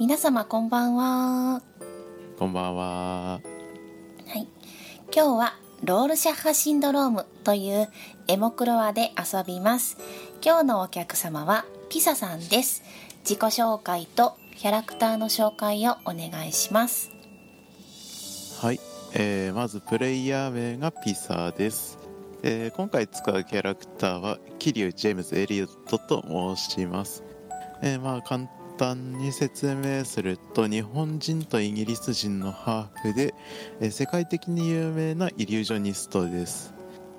皆様こんばんは。 こんばんは。 はい、今日はロールシャッハシンドロームというエモクロアで遊びます。今日のお客様はピサさんです。自己紹介とキャラクターの紹介をお願いします。 はい、まずプレイヤー名がピサです。今回使うキャラクターは桐生ジェームズ・エリオットと申します。簡単に説明すると、日本人とイギリス人のハーフで、世界的に有名なイリュージョニストです。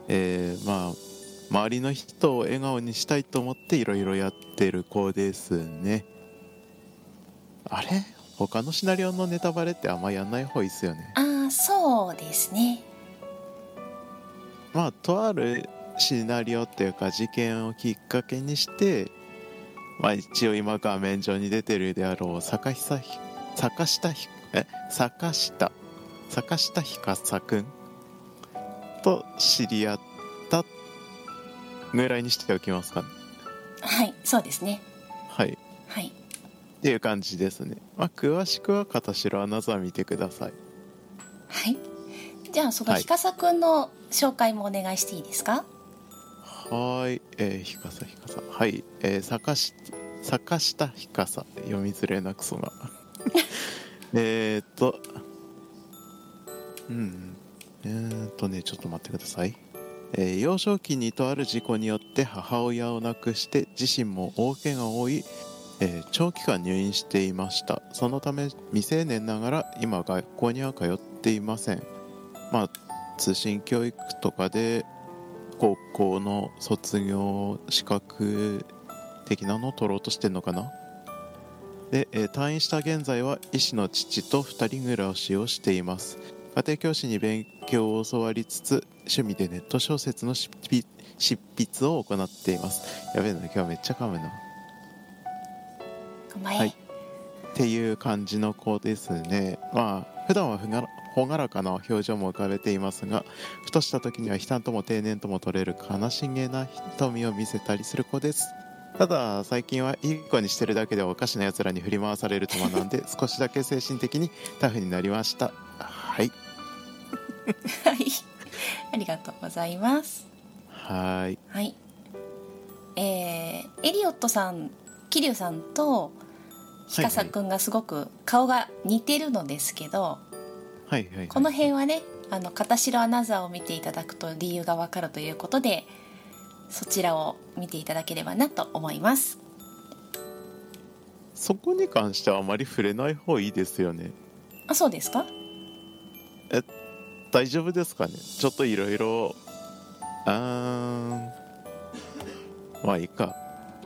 周りの人を笑顔にしたいと思っていろいろやってる子ですね。あれ？他のシナリオのネタバレってあんまやんない方がいいですよね。 そうですね。 とあるシナリオっていうか事件をきっかけにして、一応今画面上に出てるであろう坂下ひかさくんと知り合ったぐらいにしておきますかね。 はい、そうですね。 はいはい。 っていう感じですね。詳しくは片白アナザー見てください。 はい。じゃあそのひかさくんの紹介もお願いしていいですか？ はい、ひかさはい、坂下ひかさ、読みづれなクソがちょっと待ってください。幼少期にとある事故によって母親を亡くして自身も大怪我を負い、長期間入院していました。そのため未成年ながら今学校には通っていません。通信教育とかで高校の卒業資格的なのを取ろうとしてんのかな。で、退院した現在は医師の父と2人暮らしをしています。家庭教師に勉強を教わりつつ趣味でネット小説の執筆を行っています。やべえな、今日はめっちゃ噛むな。はい、っていう感じの子ですね。普段は朗らかな表情も浮かべていますが、ふとした時には悲嘆とも定年とも取れる悲しげな瞳を見せたりする子です。ただ最近はいい子にしてるだけではおかしな奴らに振り回されると学んで少しだけ精神的にタフになりました。はいはい、ありがとうございます。 はい。 エリオットさん、桐生さんとひかさくんがすごく顔が似てるのですけど、この辺はね、片白アナザーを見ていただくと理由がわかるということで、そちらを見ていただければなと思います。 そこに関してはあまり触れない方がいいですよね。 そうですか？ 大丈夫ですかね。ちょっといろいろいいか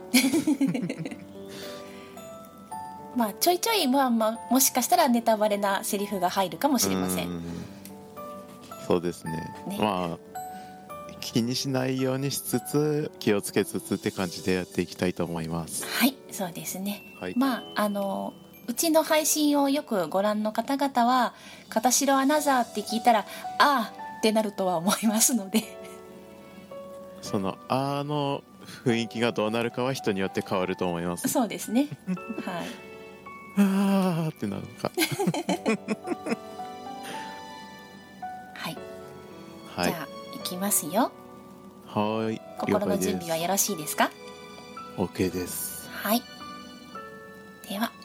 ちょいちょいもしかしたらネタバレなセリフが入るかもしれません。 そうですね。気にしないようにしつつ気をつけつつって感じでやっていきたいと思います。 はい、そうですね。うちの配信をよくご覧の方々は片白アナザーって聞いたらってなるとは思いますのでそのの雰囲気がどうなるかは人によって変わると思います。 そうですね。はいってなるのかはい、じゃあ行きますよ。 はい、 心の準備はよろしいですか？ OK です。 はい、では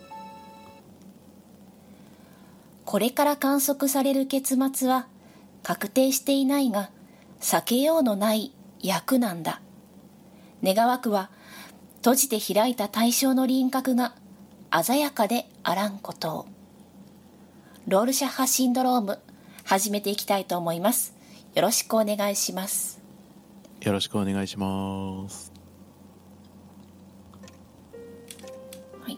これから観測される結末は確定していないが避けようのない役なんだ。願わくは閉じて開いた対象の輪郭が鮮やかであらんことを。ロールシャッハシンドローム始めていきたいと思います。よろしくお願いします。 よろしくお願いします。 はい。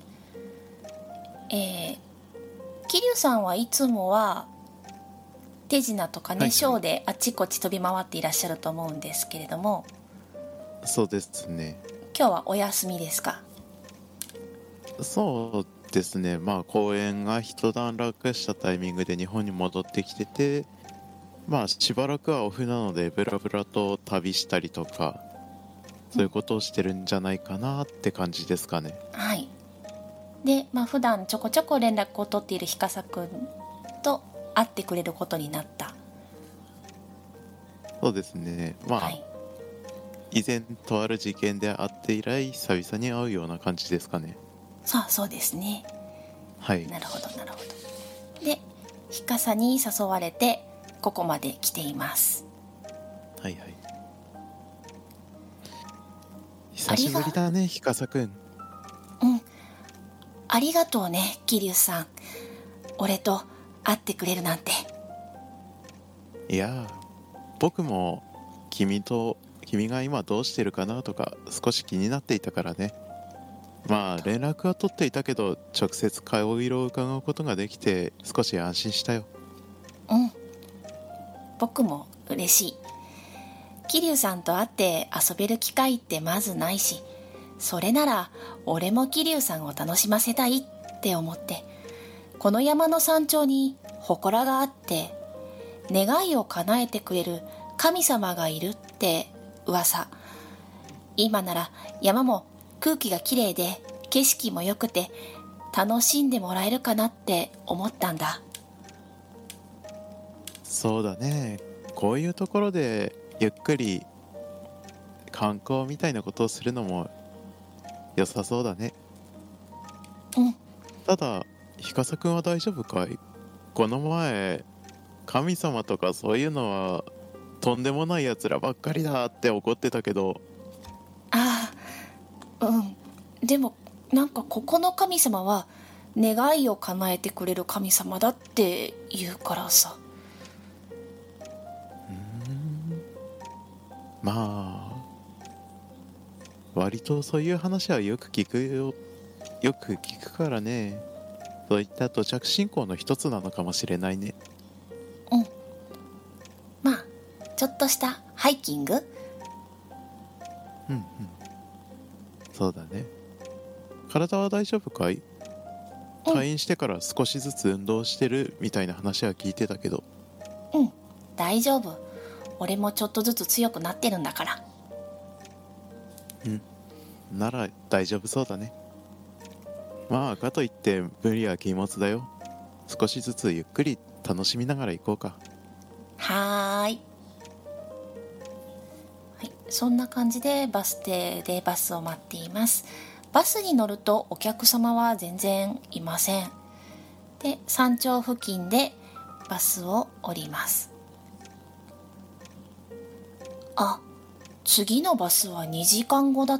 桐生さんはいつもは手品とかね、ショーであっちこっち飛び回っていらっしゃると思うんですけれども。 そうですね。 今日はお休みですか？ そうですね。公演が一段落したタイミングで日本に戻ってきてて、しばらくはオフなのでブラブラと旅したりとかそういうことをしてるんじゃないかなって感じですかね。 はい。 で、普段ちょこちょこ連絡を取っているひかさくんと会ってくれることになった。 そうですね。 はい、 以前とある事件で会って以来久々に会うような感じですかね。 そうですね。 はい。 なるほどなるほど。で、ひかさに誘われてここまで来ています。 はいはい。久しぶりだね、ひかさくん。 ありがとうね、桐生さん。俺と会ってくれるなんて。 いや僕も君が今どうしてるかなとか少し気になっていたからね。連絡は取っていたけど直接顔色を伺うことができて少し安心したよ。 僕も嬉しい。桐生さんと会って遊べる機会ってまずないし、それなら俺も桐生さんを楽しませたいって思って、この山の山頂に祠があって、願いを叶えてくれる神様がいるって噂。今なら山も空気がきれいで景色も良くて楽しんでもらえるかなって思ったんだ。 そうだね。こういうところでゆっくり観光みたいなことをするのも良さそうだね。ただ、ひかさくんは大丈夫かい？この前神様とかそういうのはとんでもないやつらばっかりだって怒ってたけど。 ああ、でもなんかここの神様は願いを叶えてくれる神様だって言うからさ。 割とそういう話はよく聞くよ。よく聞くからね。そういった土着信仰の一つなのかもしれないね。 ちょっとしたハイキング。 そうだね。体は大丈夫かい？退院してから少しずつ運動してるみたいな話は聞いてたけど。 大丈夫。俺もちょっとずつ強くなってるんだから。 なら大丈夫そうだね。かといって無理は禁物だよ。少しずつゆっくり楽しみながら行こうか。 はい、そんな感じでバス停でバスを待っています。バスに乗るとお客様は全然いません。で、山頂付近でバスを降ります。次のバスは2時間後だって。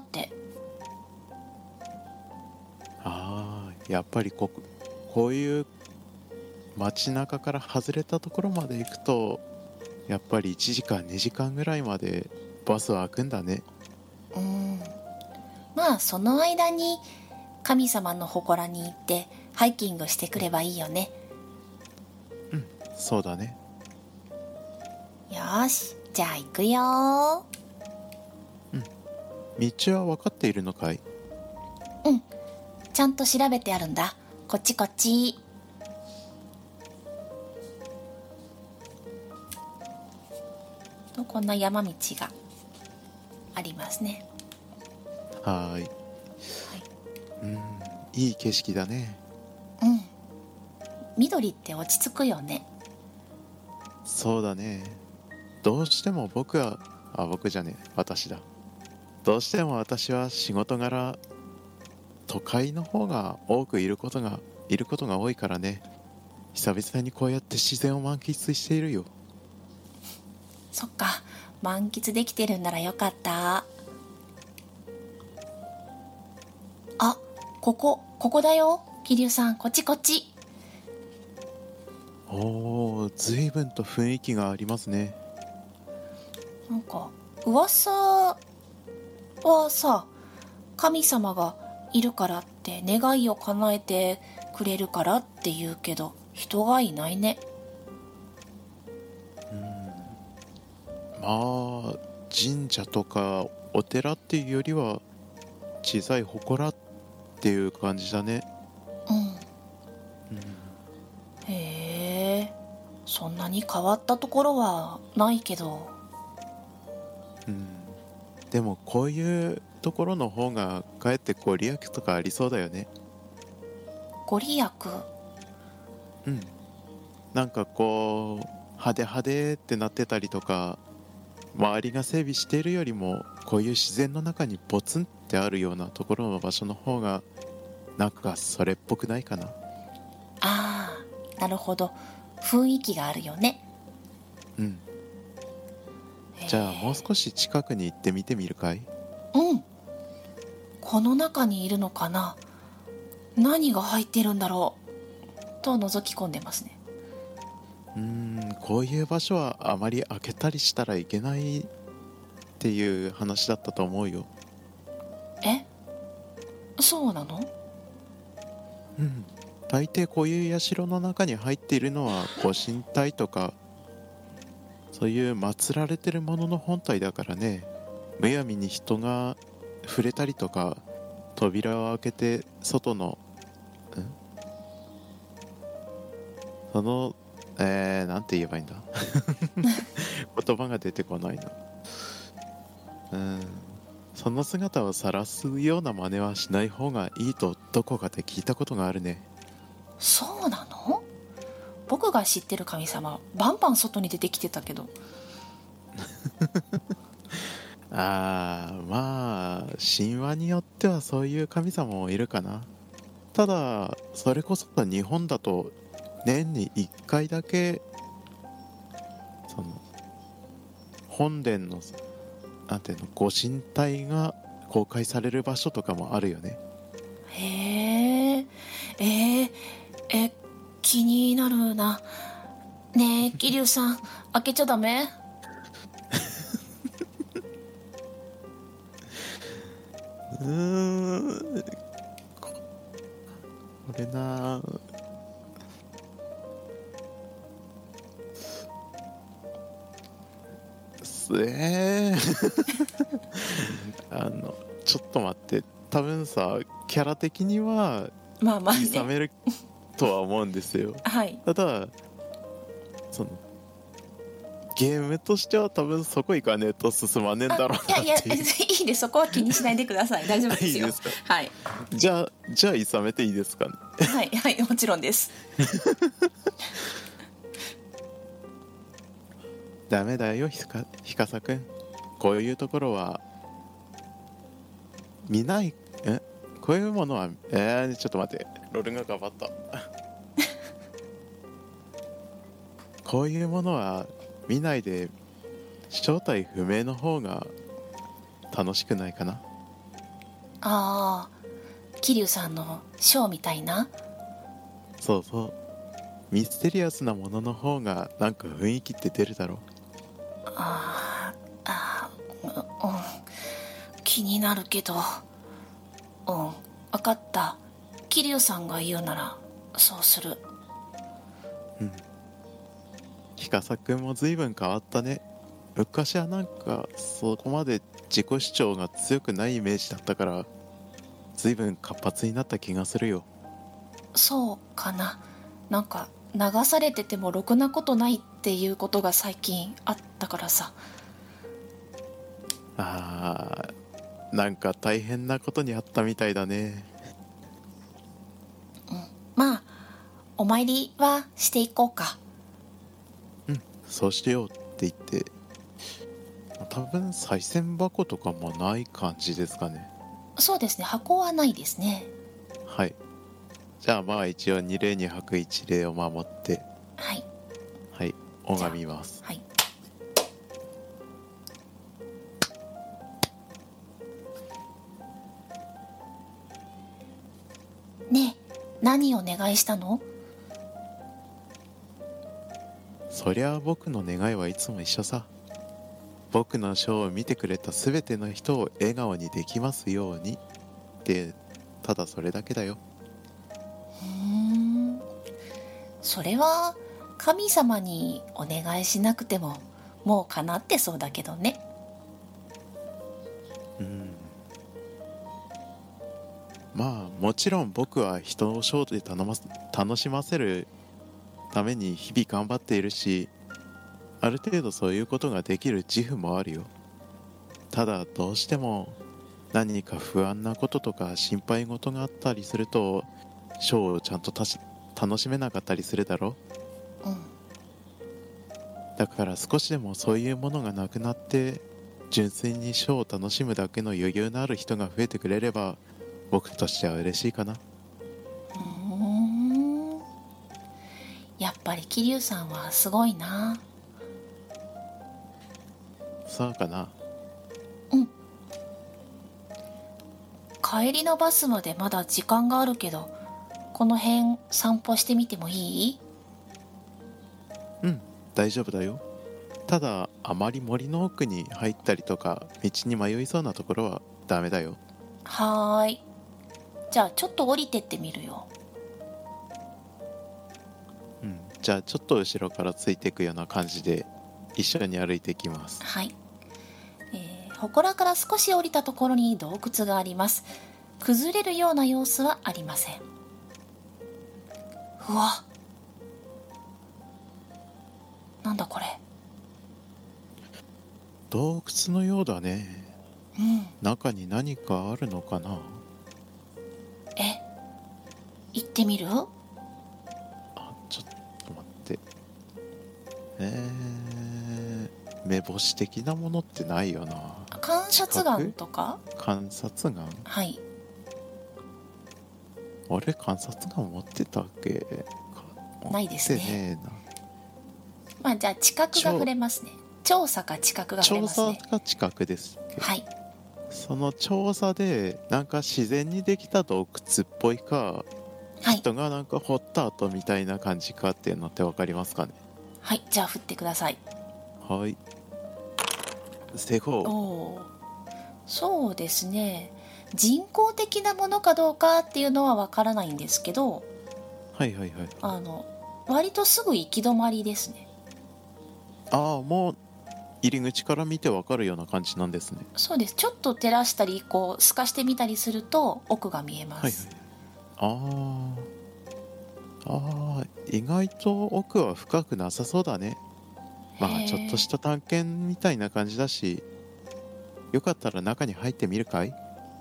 やっぱりこういう街中から外れたところまで行くとやっぱり1時間2時間ぐらいまでバスは開くんだね。 その間に神様の祠に行ってハイキングしてくればいいよね。 そうだね。 よし、じゃあ行くよ。 道は分かっているのかい？ ちゃんと調べてあるんだ。こっちこっち。と、こんな山道がありますね。 はい。いい景色だね。 緑って落ち着くよね。 そうだね。どうしても僕じゃねえ、私だ。どうしても私は仕事柄都会の方が多くいることが多いからね。久々にこうやって自然を満喫しているよ。 そっか、満喫できてるんならよかった。ここだよ、桐生さん。こっちこっち。 随分と雰囲気がありますね。 なんか噂はさ、神様がいるからって願いを叶えてくれるからって言うけど人がいないね。 神社とかお寺っていうよりは小さい祠っていう感じだね。 へえ、そんなに変わったところはないけど。 でもこういうところの方がかえってご利益とかありそうだよね。 ご利益。 うん。なんかこう派手派手ってなってたりとか、周りが整備しているよりもこういう自然の中にポツンってあるようなところの場所の方がなんかそれっぽくないかな。 ああ、なるほど。雰囲気があるよね。 うん。じゃあもう少し近くに行ってみてみるかい？ うん。この中にいるのかな。何が入ってるんだろうと覗き込んでますね。 こういう場所はあまり開けたりしたらいけないっていう話だったと思うよ。 え、そうなの？ うん。大抵こういう社の中に入っているのはご神体とかそういう祀られてるものの本体だからね。むやみに人が触れたりとか扉を開けて外のそのなんて言えばいいんだ言葉が出てこないな。その姿を晒すような真似はしない方がいいとどこかで聞いたことがあるね。 そうなの？僕が知ってる神様バンバン外に出てきてたけど。 まあ神話によってはそういう神様もいるかな。ただそれこそ日本だと年に1回だけその本殿のなんていうのご神体が公開される場所とかもあるよね。 へえ。気になるな。ねえ桐生さん、開けちゃダメ？ うーんこれなちょっと待って、多分さキャラ的にはまあまあいさね。 めるとは思うんですよ。 はい。 ただそのゲームとしては多分そこ行かねえと進まねえんだろうなっていう。 いやいや、いいです。そこは気にしないでください。大丈夫ですよ。 いいですか？ はい。 じゃあいさめていいですかね？ はいはい、もちろんです。 ダメだよひかさくん。こういうところは見ないこういうものはちょっと待って、ロールが頑張ったこういうものは見ないで正体不明の方が楽しくないかな。 ああ、桐生さんのショーみたいな。 そうそう、ミステリアスなものの方がなんか雰囲気って出るだろあーあー、うん、気になるけど、うん、分かった。桐生さんが言うならそうする。 う。ひかさくんも随分変わったね。昔はなんかそこまで自己主張が強くないイメージだったから随分活発になった気がするよ。 そうかな。なんか流されててもろくなことないっていうことが最近あったからさ。 なんか大変なことにあったみたいだね。 まあお参りはしていこうか。 そうしようって言って多分賽銭箱とかもない感じですかね。 そうですね、箱はないですね。 はい。じゃあまあ一応二礼二拍一礼を守ってはい。 はい拝みます。 はい。ねえ、何をお願いしたの？ そりゃあ僕の願いはいつも一緒さ。僕のショーを見てくれた全ての人を笑顔にできますようにってただそれだけだよ。 それは神様にお願いしなくてももう叶ってそうだけどね。 まあもちろん僕は人をショーで楽しませるために日々頑張っているし、ある程度そういうことができる自負もあるよ。ただどうしても何か不安なこととか心配事があったりするとショーをちゃんと楽しめなかったりするだろ。 うんだから少しでもそういうものがなくなって純粋にショーを楽しむだけの余裕のある人が増えてくれれば僕としては嬉しいかな。 やっぱり桐生さんはすごいな。 そうかな。 帰りのバスまでまだ時間があるけど、この辺散歩してみてもいい？ うん大丈夫だよ。ただあまり森の奥に入ったりとか道に迷いそうなところはダメだよ。 はーい。じゃあちょっと降りてってみるよ。 じゃあちょっと後ろからついていくような感じで一緒に歩いていきます。 はい。祠から少し降りたところに洞窟があります。崩れるような様子はありません。うわ、なんだこれ。 洞窟のようだね。中に何かあるのかな。 行ってみる？ ちょっと待って。目星的なものってないよな。 観察眼とか？ 観察眼？ はい。 あれ観察眼持ってたっけ？ ないですね。 持ってねえな。 まあじゃあ知覚が触れますね。調査か知覚が触れますね。 調査が近くですっけ？ はい。 その調査でなんか自然にできた洞窟っぽいか、 はい。 人がなんか掘った後みたいな感じかっていうのって分かりますかね？ はい、じゃあ振ってください。 はい。成功。 おー、そうですね。人工的なものかどうかっていうのはわからないんですけど、 はいはいはい。 割とすぐ行き止まりですね。 ああ、もう入り口から見て分かるような感じなんですね。 そうです。ちょっと照らしたりこう透かしてみたりすると奥が見えます。 はいはい。意外と奥は深くなさそうだね。まあちょっとした探検みたいな感じだし、よかったら中に入ってみるかい？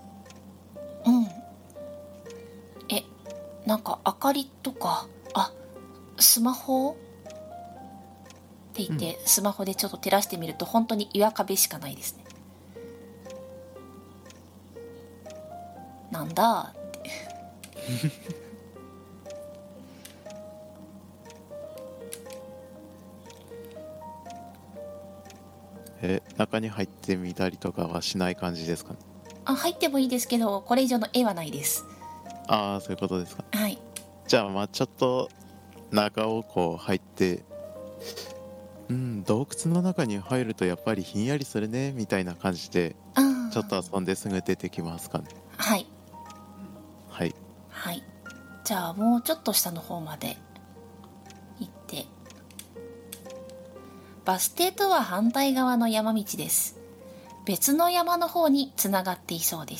なんか明かりとか、スマホって言って、スマホでちょっと照らしてみると本当に岩壁しかないですね。なんだ中に入ってみたりとかはしない感じですかね？ 入ってもいいですけど、これ以上の絵はないです。 ああ、そういうことですか。 はい。 じゃあまあちょっと中をこう入って、洞窟の中に入るとやっぱりひんやりするねみたいな感じでちょっと遊んですぐ出てきますかね？ はいはいはい。じゃあもうちょっと下の方まで行って、バス停とは反対側の山道です。別の山の方につながっていそうです。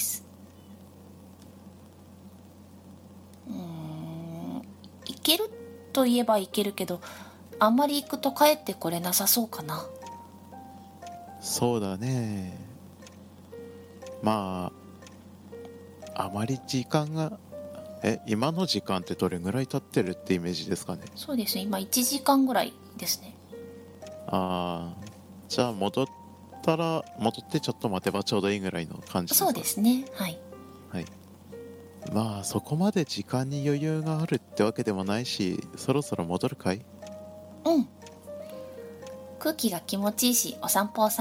行けるといえば行けるけど、あんまり行くと帰ってこれなさそうかな。 そうだね。まああまり時間が今の時間ってどれぐらい経ってるってイメージですかね？ そうですね、今1時間ぐらいですね。 じゃあ戻ってちょっと待てばちょうどいいぐらいの感じですか？ そうですね。はい。 はい。まあそこまで時間に余裕があるってわけでもないし、そろそろ戻るかい？ 空気が気持ちいいし、お散歩。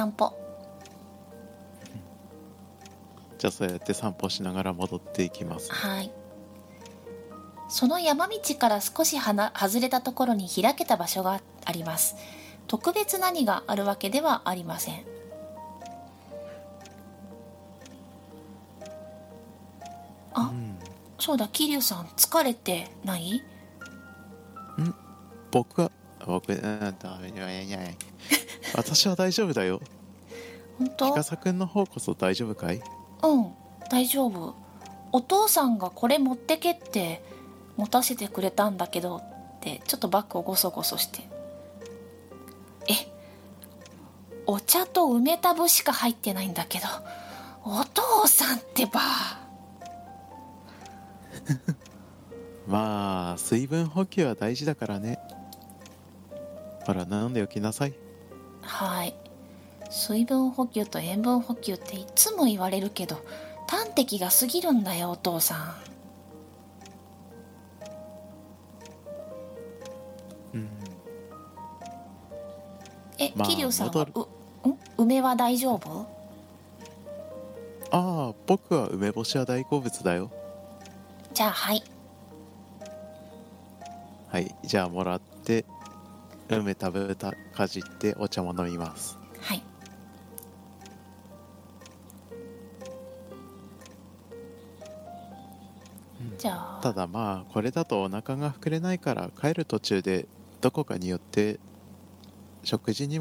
じゃあそうやって散歩しながら戻っていきます。 はい。その山道から少し外れたところに開けた場所があります。特別何があるわけではありません。そうだ、桐生さん疲れてない？ 僕私は大丈夫だよ。 本当？ 司くんの方こそ大丈夫かい？ 大丈夫。お父さんがこれ持ってけって持たせてくれたんだけどってちょっとバッグをゴソゴソして、お茶と梅田ぶしか入ってないんだけど、お父さんってば。 まあ水分補給は大事だからね。ほら飲んでおきなさい。 はい。水分補給と塩分補給っていつも言われるけど、端的が過ぎるんだよお父さん。 まあ桐生さんは戻る梅は大丈夫？ ああ、僕は梅干しは大好物だよ。 じゃあはい。 はい、じゃあもらって梅食べたかじってお茶も飲みます。 はい。じゃあただまあこれだとお腹が膨れないから帰る途中でどこかによって食事に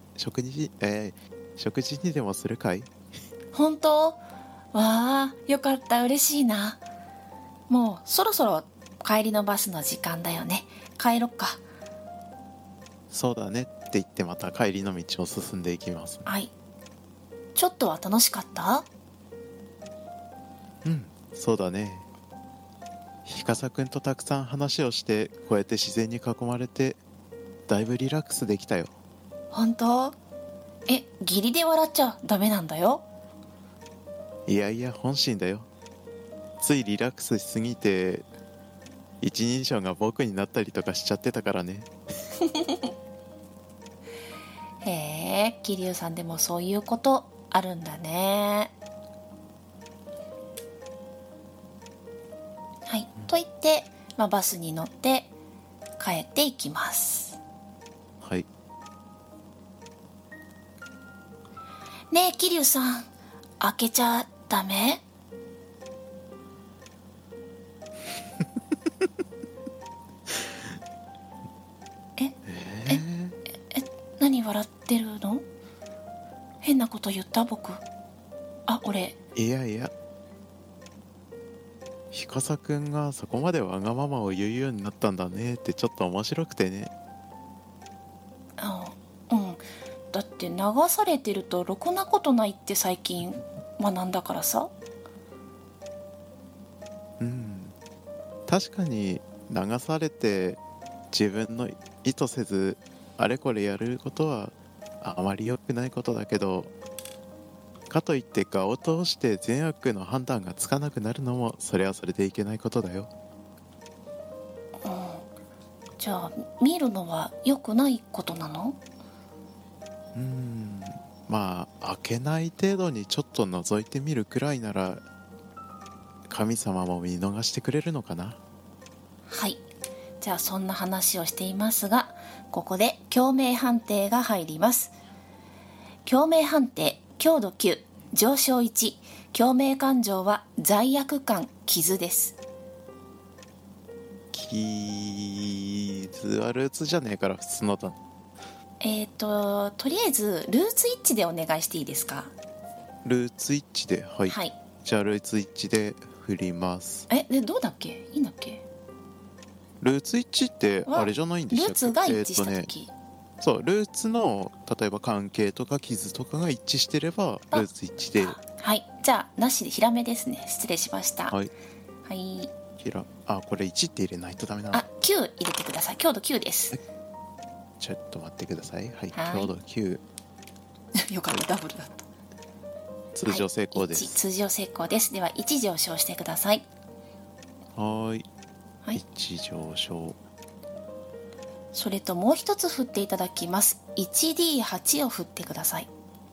でもするかい？ 本当？わあ、よかった、嬉しいな。もうそろそろ帰りのバスの時間だよね。帰ろっか。 そうだねって言ってまた帰りの道を進んでいきます。 はい。ちょっとは楽しかった？ うん、そうだね。ひかさくんとたくさん話をしてこうやって自然に囲まれてだいぶリラックスできたよ。 本当？義理で笑っちゃダメなんだよ。 いやいや本心だよ。ついリラックスしすぎて一人称が僕になったりとかしちゃってたからね。 へえ、桐生さんでもそういうことあるんだね。はい、と言って、バスに乗って帰っていきます。 はい。 ねえ桐生さん、開けちゃダメ？何笑ってるの？変なこと言った僕？俺。 いやいや、ひかさくんがそこまでわがままを言うようになったんだねってちょっと面白くてね。 うん、だって流されてるとろくなことないって最近学んだからさ。 確かに流されて自分の意図せずあれこれやることはあまり良くないことだけど、かといって我を通して善悪の判断がつかなくなるのもそれはそれでいけないことだよ。 じゃあ見るのは良くないことなの？ まあ開けない程度にちょっと覗いてみるくらいなら神様も見逃してくれるのかな。 はい。じゃあそんな話をしていますが、ここで共鳴判定が入ります。共鳴判定強度9、上昇1。共鳴感情は罪悪感、傷です。 傷はルーツじゃねえから普通のだ。 とりあえずルーツ一致でお願いしていいですか？ ルーツ一致で、はい、 はい。 じゃあルーツ一致で振ります。 でどうだっけ？いいんだっけ？ ルーツ一致ってあれじゃないんでしたっけ？ ルーツが一致した時、 そうルーツの例えば関係とか傷とかが一致してればルーツ一致で。 はい。じゃあなしでヒラメですね。失礼しました。 はい。 はい。 これ1って入れないとダメなの。 9入れてください。強度9です。 ちょっと待ってください。はい、 はい強度9。 よかった、ダブルだった。 通常成功です。 はい、通常成功です。では1上昇してください。 はい、 はい、 1上昇。 それともう一つ振っていただきます。 1D8 を振ってください。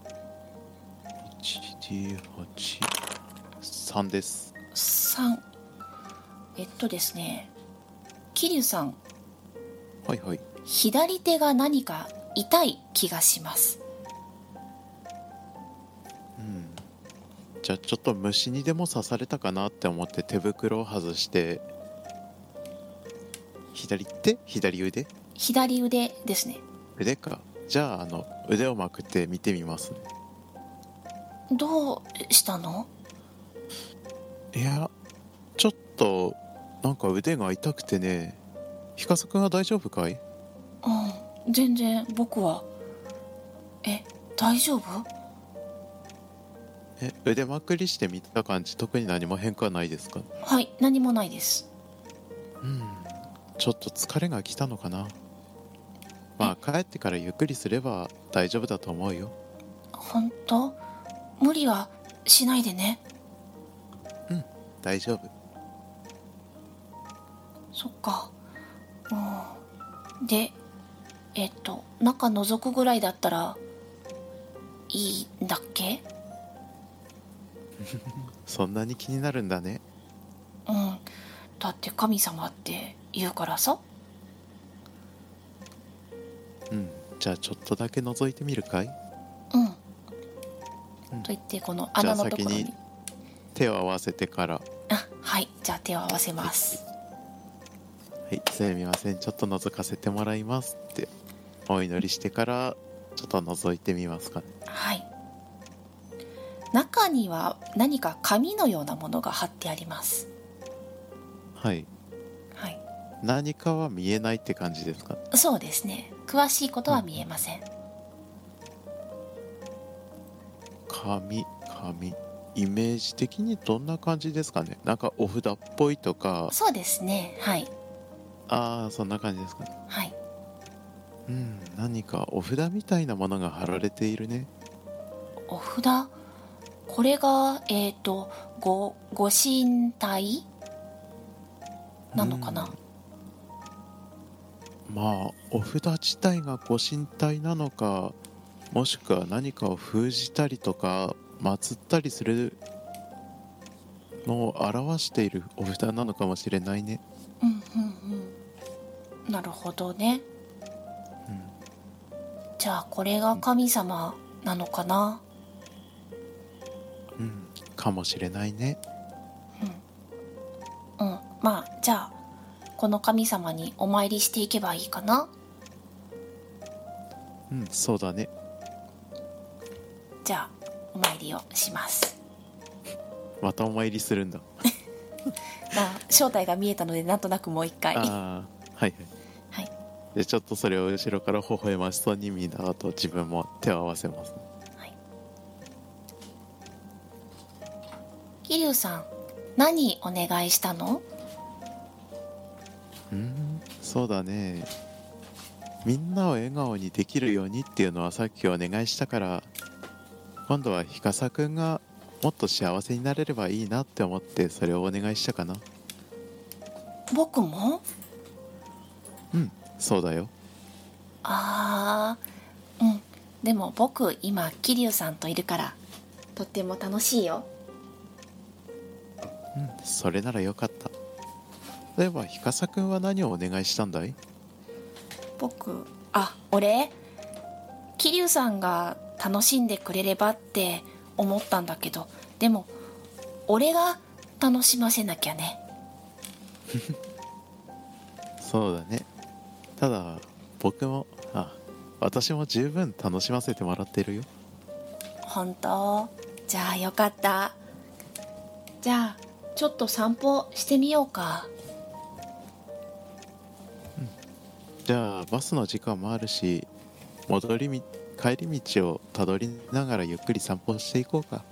1D8、 3です。 3。ですね、桐生さん、 はいはい。 左手が何か痛い気がします。 じゃあちょっと虫にでも刺されたかなって思って手袋を外して、左腕左腕ですね。 腕か。じゃあ腕をまくって見てみますね。 どうしたの？ いやちょっとなんか腕が痛くてね。ひかさくんは大丈夫かい？ 全然僕は。大丈夫？ 腕まくりしてみた感じ特に何も変化はないですか？ はい、何もないです。 ちょっと疲れが来たのかな。まあ帰ってからゆっくりすれば大丈夫だと思うよ。 本当？無理はしないでね。 大丈夫。 そっか。で、中覗くぐらいだったらいいんだっけ？ そんなに気になるんだね。 だって神様って言うからさ。 じゃあちょっとだけ覗いてみるかい？ と言ってこの穴のところに。 じゃあ先に手を合わせてから。 はい、じゃあ手を合わせます。 はい、すみません、ちょっと覗かせてもらいますってお祈りしてからちょっと覗いてみますかね。 はい。中には何か紙のようなものが貼ってあります。 はい。何かは見えないって感じですか？ そうですね。詳しいことは見えません。 紙イメージ的にどんな感じですかね。なんかお札っぽいとか。 そうですね。はい。 そんな感じですかね。 はい。 何かお札みたいなものが貼られているね。 お札、これがご神体なのかな。 まあお札自体がご神体なのか、もしくは何かを封じたりとか祀ったりするのを表しているお札なのかもしれないね。 なるほどね。じゃあこれが神様なのかな。 かもしれないね。 まあじゃあこの神様にお参りしていけばいいかな。 そうだね。 じゃあお参りをします。 またお参りするんだ。 正体が見えたのでなんとなくもう一回。 はいはい。でちょっとそれを後ろから微笑ましそうに見た後、自分も手を合わせます。 桐生さん、何お願いしたの？ そうだね。みんなを笑顔にできるようにっていうのはさっきお願いしたから、今度はひかさくんがもっと幸せになれればいいなって思ってそれをお願いしたかな。 僕も？ そうだよ。 でも僕今桐生さんといるからとっても楽しいよ。 それならよかった。例えばひかさくんは何をお願いしたんだい？ 俺桐生さんが楽しんでくれればって思ったんだけど、でも俺が楽しませなきゃね。 そうだね。ただ私も十分楽しませてもらってるよ。 本当？じゃあよかった。じゃあちょっと散歩してみようか。 じゃあバスの時間もあるし、帰り道をたどりながらゆっくり散歩していこうか。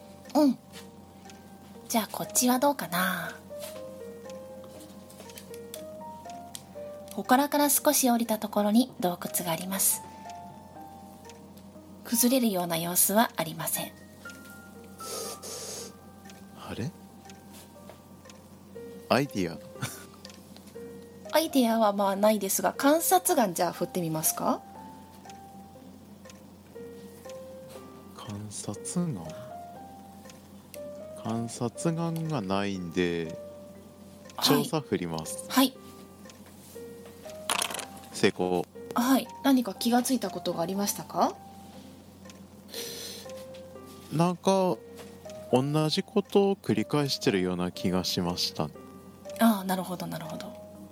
じゃあこっちはどうかな。祠から少し降りたところに洞窟があります。崩れるような様子はありません。 あれ？アイディアはまあないですが、観察眼じゃあ振ってみますか？ 観察眼がないんで調査振ります。 はい。 成功。 何か気がついたことがありましたか？ なんか同じことを繰り返してるような気がしました。 なるほどなるほど。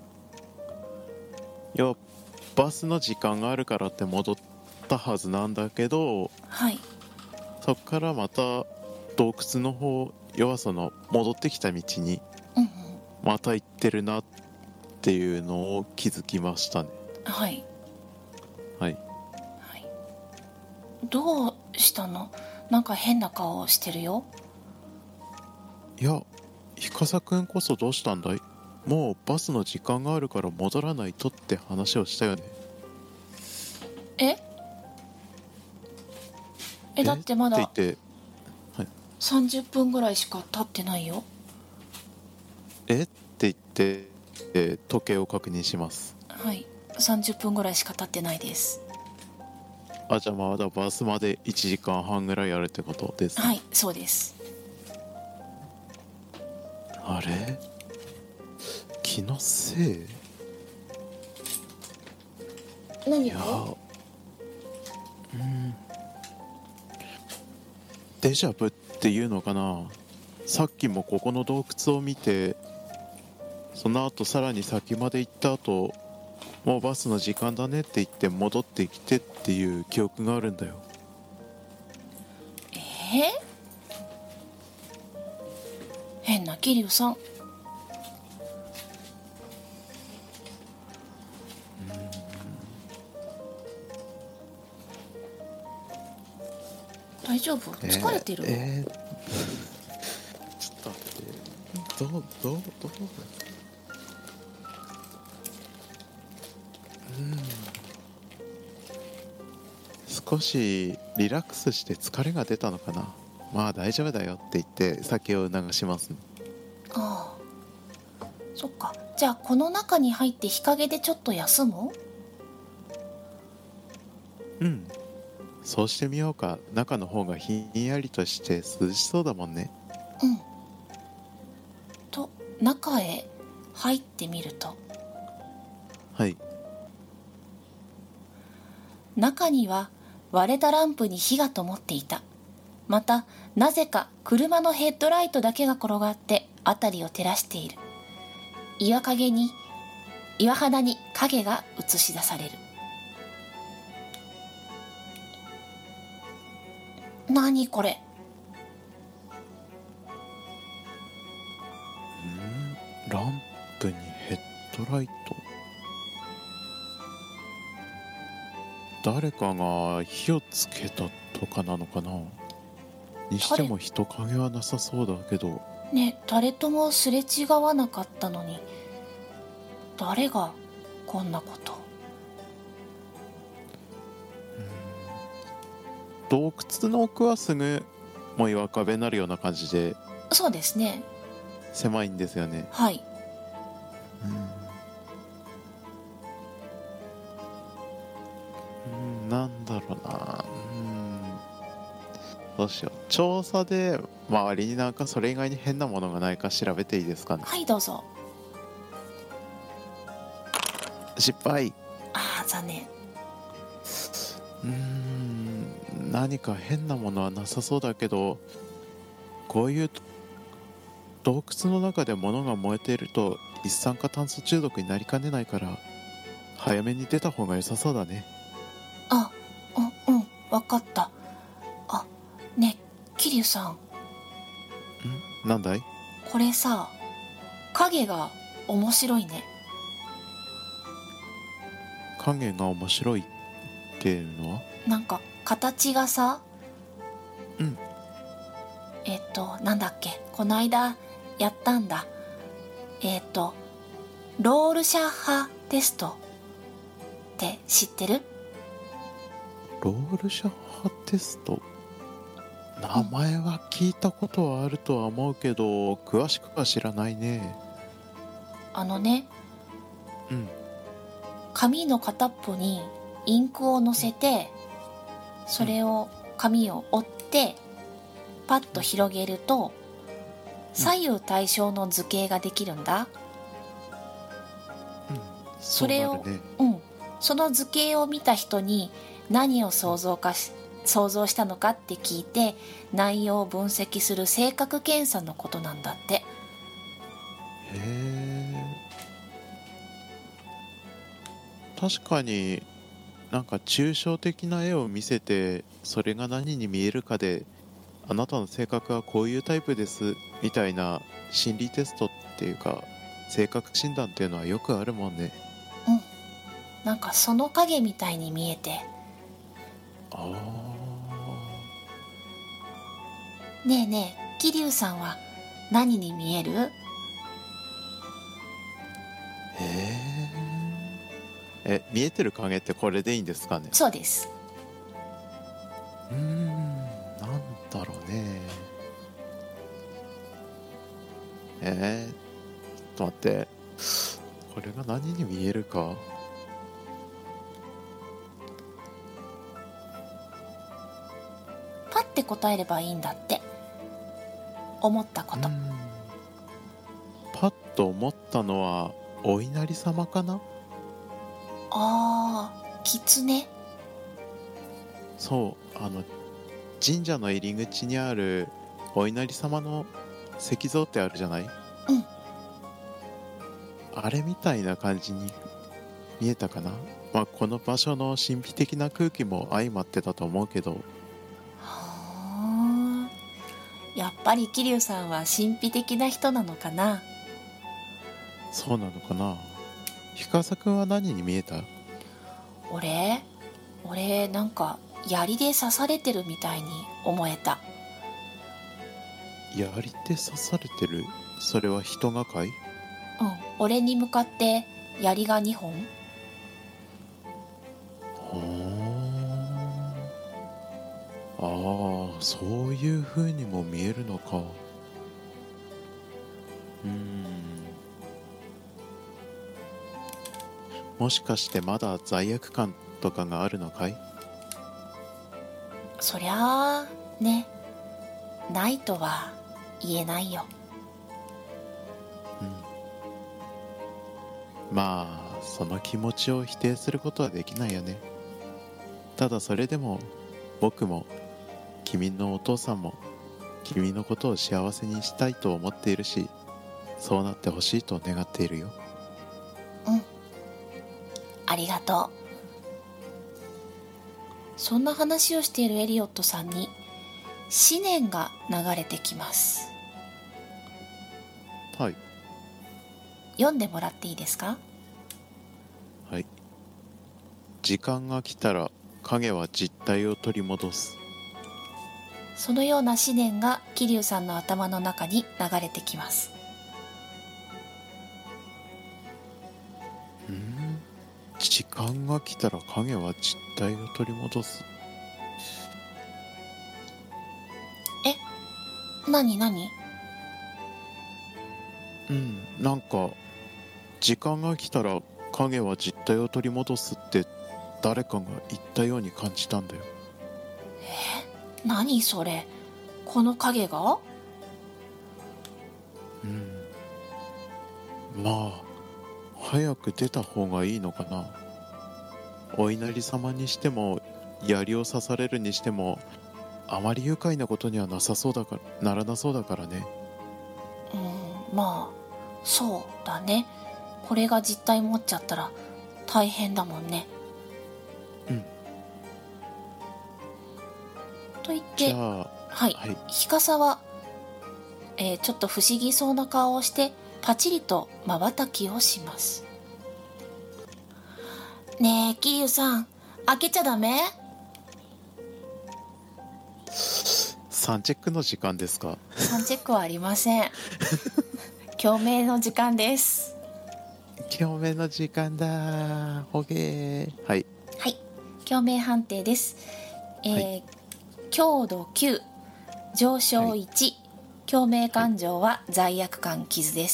いや、バスの時間があるからって戻ったはずなんだけど、そっからまた洞窟の方、要はその戻ってきた道にまた行ってるなっていうのを気づきましたね。 どうしたの？なんか変な顔をしてるよ。 いや、ひかさくんこそどうしたんだい？ もうバスの時間があるから戻らないとって話をしたよね。 えだってまだって言って、はい、 30分ぐらいしか経ってないよ。 って言って、時計を確認します。 はい、30分ぐらいしか経ってないです。 じゃあまだバスまで1時間半ぐらいあるってことですね。 はい、そうです。 あれ、気のせい？ 何いや、デジャブっていうのかな。さっきもここの洞窟を見て、その後さらに先まで行った後、もうバスの時間だねって言って戻ってきてっていう記憶があるんだよ。 変な桐生さん。大丈夫？疲れてる？ ちょっと待って、どう少しリラックスして疲れが出たのかな。まあ大丈夫だよって言って酒を流しますね。 ああ、そっか。じゃあこの中に入って日陰でちょっと休む？ うん、そうしてみようか。中の方がひんやりとして涼しそうだもんね。 うんと中へ入ってみると、 はい。 中には割れたランプに火が灯っていた。またなぜか車のヘッドライトだけが転がって辺りを照らしている。岩肌に影が映し出される。何これ？ ランプにヘッドライト。誰かが火をつけたとかなのかな。にしても人影はなさそうだけどね、誰ともすれ違わなかったのに誰がこんなこと。 洞窟の奥はすぐもう岩壁になるような感じでそうですね。 狭いんですよね。 はい。 なんだろうな。どうしよう。調査で周りになんかそれ以外に変なものがないか調べていいですかね。 はい、どうぞ。 失敗。 ああ、残念。 何か変なものはなさそうだけど、こういう洞窟の中で物が燃えていると一酸化炭素中毒になりかねないから早めに出た方が良さそうだね。 あ、わかった。あ、ね、桐生さん。 なんだい？ これさ、影が面白いね。 影が面白いっていうのは？ なんか形がさ、なんだっけ、この間やったんだ。ロールシャッハテストって知ってる？ ロールシャッハテスト、名前は聞いたことはあるとは思うけど詳しくは知らないね。 あのね、紙の片っぽにインクをのせて、それを紙を折ってパッと広げると左右対称の図形ができるんだ。それを、その図形を見た人に何を想像したのかって聞いて内容を分析する性格検査のことなんだって。 へえ。確かになんか抽象的な絵を見せてそれが何に見えるかであなたの性格はこういうタイプですみたいな心理テストっていうか性格診断っていうのはよくあるもんね。 なんかその影みたいに見えて。ねえねえ、桐生さんは何に見える？ 見えてる影ってこれでいいんですかね。 そうです。 なんだろうね。ちょっと待って、これが何に見えるか。 パッて答えればいいんだって。思ったこと。 パッと思ったのはお稲荷様かな。 狐。 そう、神社の入り口にあるお稲荷様の石像ってあるじゃない。あれみたいな感じに見えたかな。まあこの場所の神秘的な空気も相まってたと思うけど。 やっぱり桐生さんは神秘的な人なのかな。 そうなのかな。ひかさくんは何に見えた？ 俺なんか槍で刺されてるみたいに思えた。 槍で刺されてる？それは人がかい？ 俺に向かって槍が2本。 そういう風にも見えるのか。もしかしてまだ罪悪感とかがあるのかい？ そりゃあね、ないとは言えないよ。 まあその気持ちを否定することはできないよね。ただそれでも僕も君のお父さんも君のことを幸せにしたいと思っているし、そうなってほしいと願っているよ。 ありがとう。そんな話をしているエリオットさんに思念が流れてきます。 はい。 読んでもらっていいですか？ はい。時間が来たら影は実体を取り戻す。 そのような思念が桐生さんの頭の中に流れてきます。 時間が来たら影は実体を取り戻す。 何？ なんか時間が来たら影は実体を取り戻すって誰かが言ったように感じたんだよ。 何それ？この影が？ まあ早く出た方がいいのかな。お稲荷様にしても槍を刺されるにしてもあまり愉快なことにはならなそうだからね。 まあそうだね。これが実体持っちゃったら大変だもんね。と言ってじゃあはい、ひかさは、ちょっと不思議そうな顔をしてパチリとまばたきをします。ねえ桐生さん、開けちゃダメ？ サンチェックの時間ですか？ サンチェックはありません。共鳴の時間です。 共鳴の時間だ。ほげー。はい、 共鳴判定です。強度9、上昇1、共鳴感情は罪悪感傷です。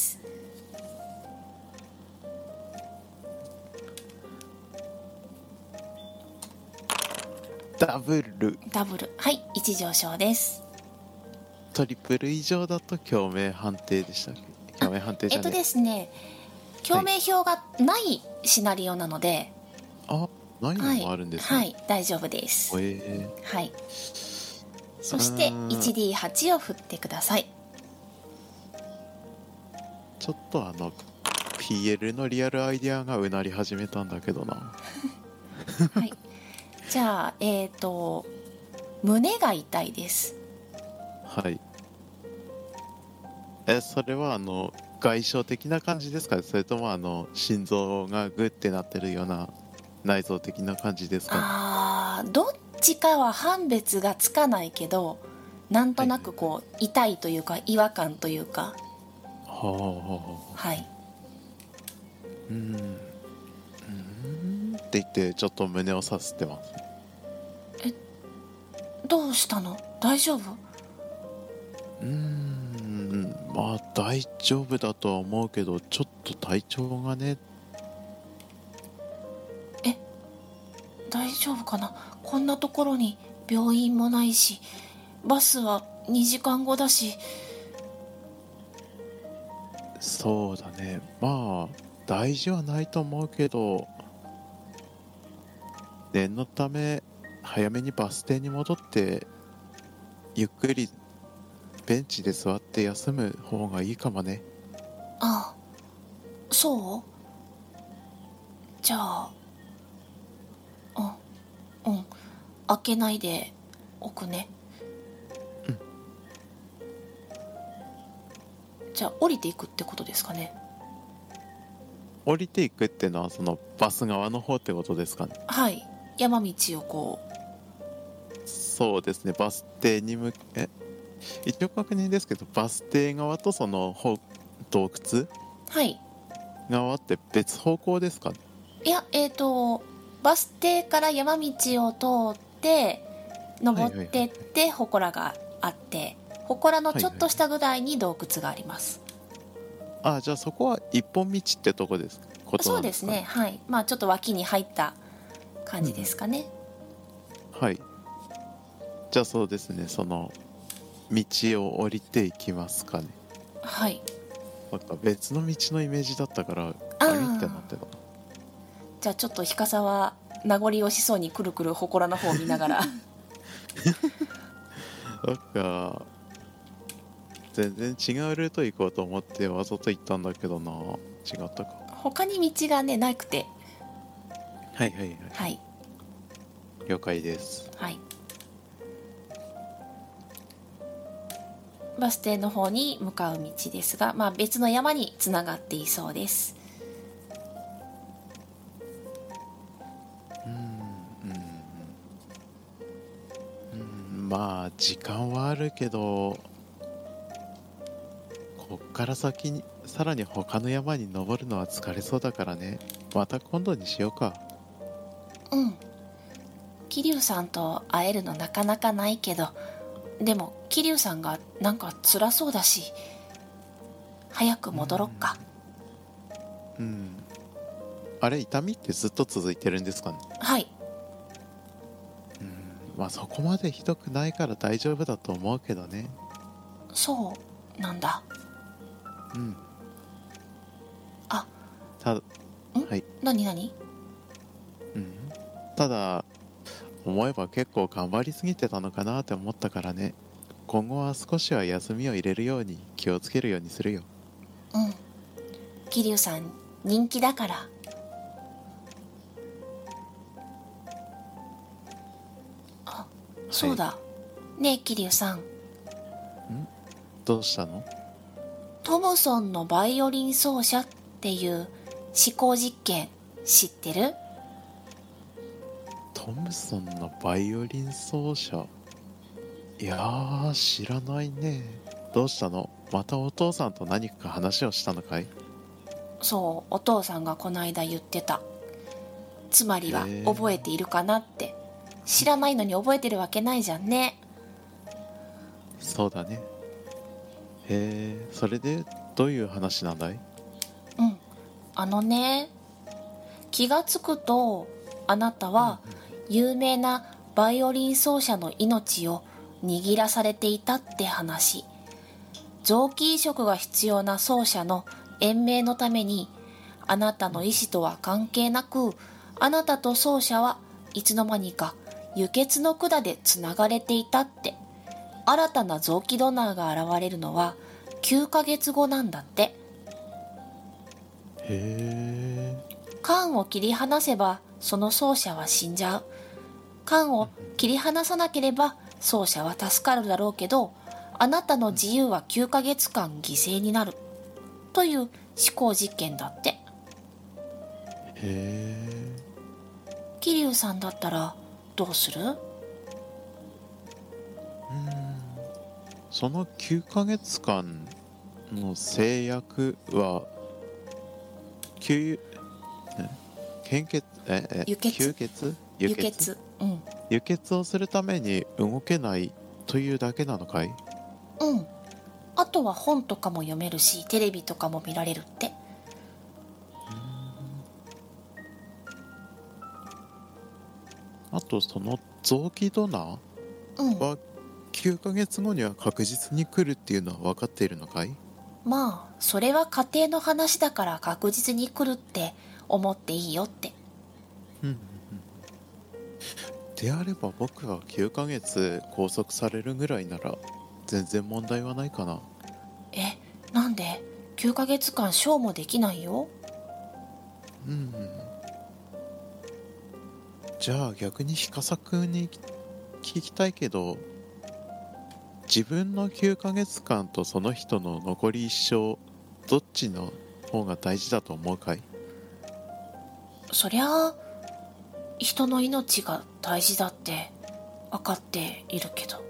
ダブル。 はい、1上昇です。 トリプル以上だと共鳴判定でしたっけ？共鳴判定じゃね。 ですね、共鳴表がないシナリオなので、 ないのもあるんですね。 大丈夫です。はい。そして 1D8 を振ってください。 ちょっとPL のリアルアイデアがうなり始めたんだけどな。 はい。じゃあ胸が痛いです。 はい。それは外傷的な感じですか？それとも心臓がグッてなってるような内臓的な感じですか？ どっちかは判別がつかないけど、なんとなくこう、痛いというか違和感というか。はい。 って言ってちょっと胸をさすってます。 どうしたの？大丈夫？ まあ大丈夫だとは思うけど、ちょっと体調がね。 大丈夫かな？こんなところに病院もないし、バスは2時間後だし。 そうだね、まあ大事はないと思うけど、念のため早めにバス停に戻ってゆっくりベンチで座って休む方がいいかもね。 ああ、そう？じゃあ、開けないでおくね。じゃあ降りていくってことですかね？ 降りていくってのはそのバス側の方ってことですかね？ はい、山道をこそうですね、バス停に一応確認ですけど、バス停側とその洞窟はい。 側って別方向ですかね？ いや、バス停から山道を通って登ってって祠があって、祠のちょっとしたぐらいに洞窟があります。 あ、じゃあそこは一本道ってとこですことそうなんですかね？ ですね、はい。まあちょっと脇に入った感じですかね。 はい。じゃあそうですね、その道を降りていきますかね。 はい。 なんか別の道のイメージだったから歩いてなってた。 じゃあちょっと日笠は名残惜しそうにくるくる祠の方を見ながらなんか全然違うルート行こうと思ってわざと行ったんだけどな。違ったか。 他に道がねなくて、 はいはいはい、 はい、 了解です。 はい、バス停の方に向かう道ですが、まあ、別の山につながっていそうです。 まあ時間はあるけど、こっから先にさらに他の山に登るのは疲れそうだからね、また今度にしようか。 桐生さんと会えるのなかなかないけど、でも桐生さんがなんか辛そうだし、早く戻ろっか。 あれ、痛みってずっと続いてるんですかね？ はい。 まあそこまでひどくないから大丈夫だと思うけどね。 そうなんだ。あ、 ただはい。 何？ ただ思えば結構頑張りすぎてたのかなって思ったからね。今後は少しは休みを入れるように気をつけるようにするよ。 桐生さん人気だから。そうだ、ねえ桐生さん、 どうしたの？ トムソンのバイオリン奏者っていう思考実験知ってる？ トムソンのバイオリン奏者、いやー知らないね。どうしたの？またお父さんと何か話をしたのかい？ そう、お父さんがこの間言ってた。つまりは覚えているかなって。知らないのに覚えてるわけないじゃんね。 そうだね。へえ、それでどういう話なんだい？ あのね、気がつくとあなたは有名なバイオリン奏者の命を握らされていたって話。臓器移植が必要な奏者の延命のために、あなたの意思とは関係なく、あなたと奏者はいつの間にか輸血の管でつながれていたって。新たな臓器ドナーが現れるのは9ヶ月後なんだって。 へえ。 肝を切り離せばその奏者は死んじゃう。肝を切り離さなければ奏者は助かるだろうけど、あなたの自由は9ヶ月間犠牲になるという思考実験だって。 へえ。 桐生さんだったらどうする？ その9ヶ月間の制約は、血献血輸血吸血輸血。 輸血をするために動けないというだけなのかい？ あとは本とかも読めるし、テレビとかも見られるって。 あとその臓器ドナーは9ヶ月後には確実に来るっていうのは分かっているのかい？ まあそれは家庭の話だから確実に来るって思っていいよって。 であれば僕は9ヶ月拘束されるぐらいなら全然問題はないかな。 なんで9ヶ月間ショーもできないよ。 じゃあ逆にひかさくんに聞きたいけど、自分の9ヶ月間とその人の残り一生、どっちの方が大事だと思うかい？ そりゃあ人の命が大事だって分かっているけど。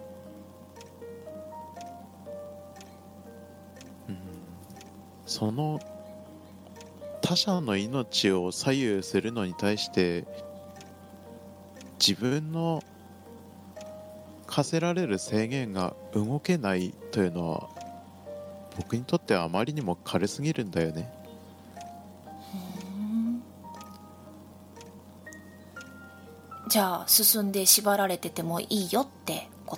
その他者の命を左右するのに対して自分の課せられる制限が動けないというのは僕にとってはあまりにも軽すぎるんだよね。 じゃあ進んで縛られててもいいよってこと？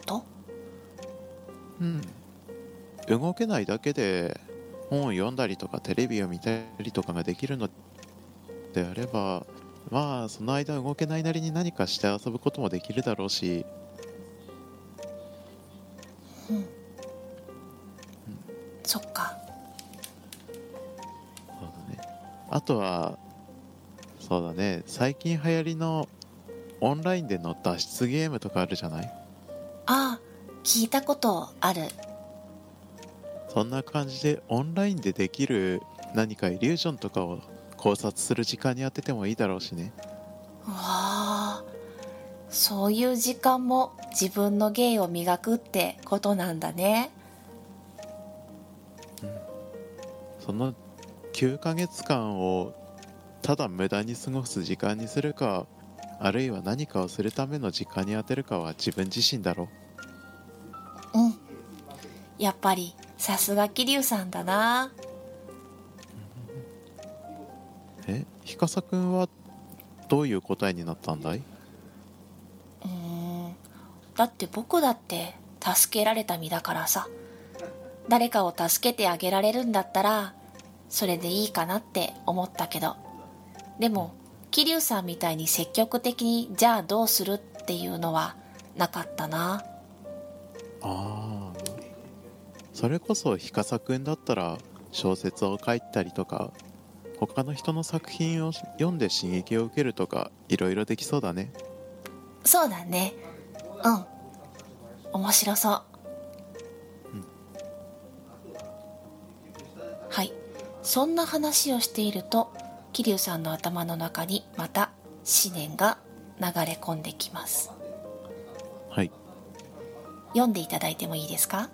動けないだけで本を読んだりとかテレビを見たりとかができるのであれば、まあその間動けないなりに何かして遊ぶこともできるだろうし。 そっか。 そうだね。あとはそうだね、最近流行りのオンラインでの脱出ゲームとかあるじゃない？ 聞いたことある。 そんな感じでオンラインでできる何かイリュージョンとかを考察する時間に当ててもいいだろうしね。 わあ、そういう時間も自分の芸を磨くってことなんだね。 その9ヶ月間をただ無駄に過ごす時間にするか、あるいは何かをするための時間に当てるかは自分自身だろう。 やっぱりさすが桐生さんだな。 ひかさくんはどういう答えになったんだい？ だって僕だって助けられた身だからさ。誰かを助けてあげられるんだったらそれでいいかなって思ったけど、でも桐生さんみたいに積極的にじゃあどうするっていうのはなかったな。 それこそひかさくんだったら小説を書いたりとか他の人の作品を読んで刺激を受けるとかいろいろできそうだね。 そうだね。面白そう。はい、そんな話をしていると桐生さんの頭の中にまた思念が流れ込んできます。 はい。 読んでいただいてもいいですか？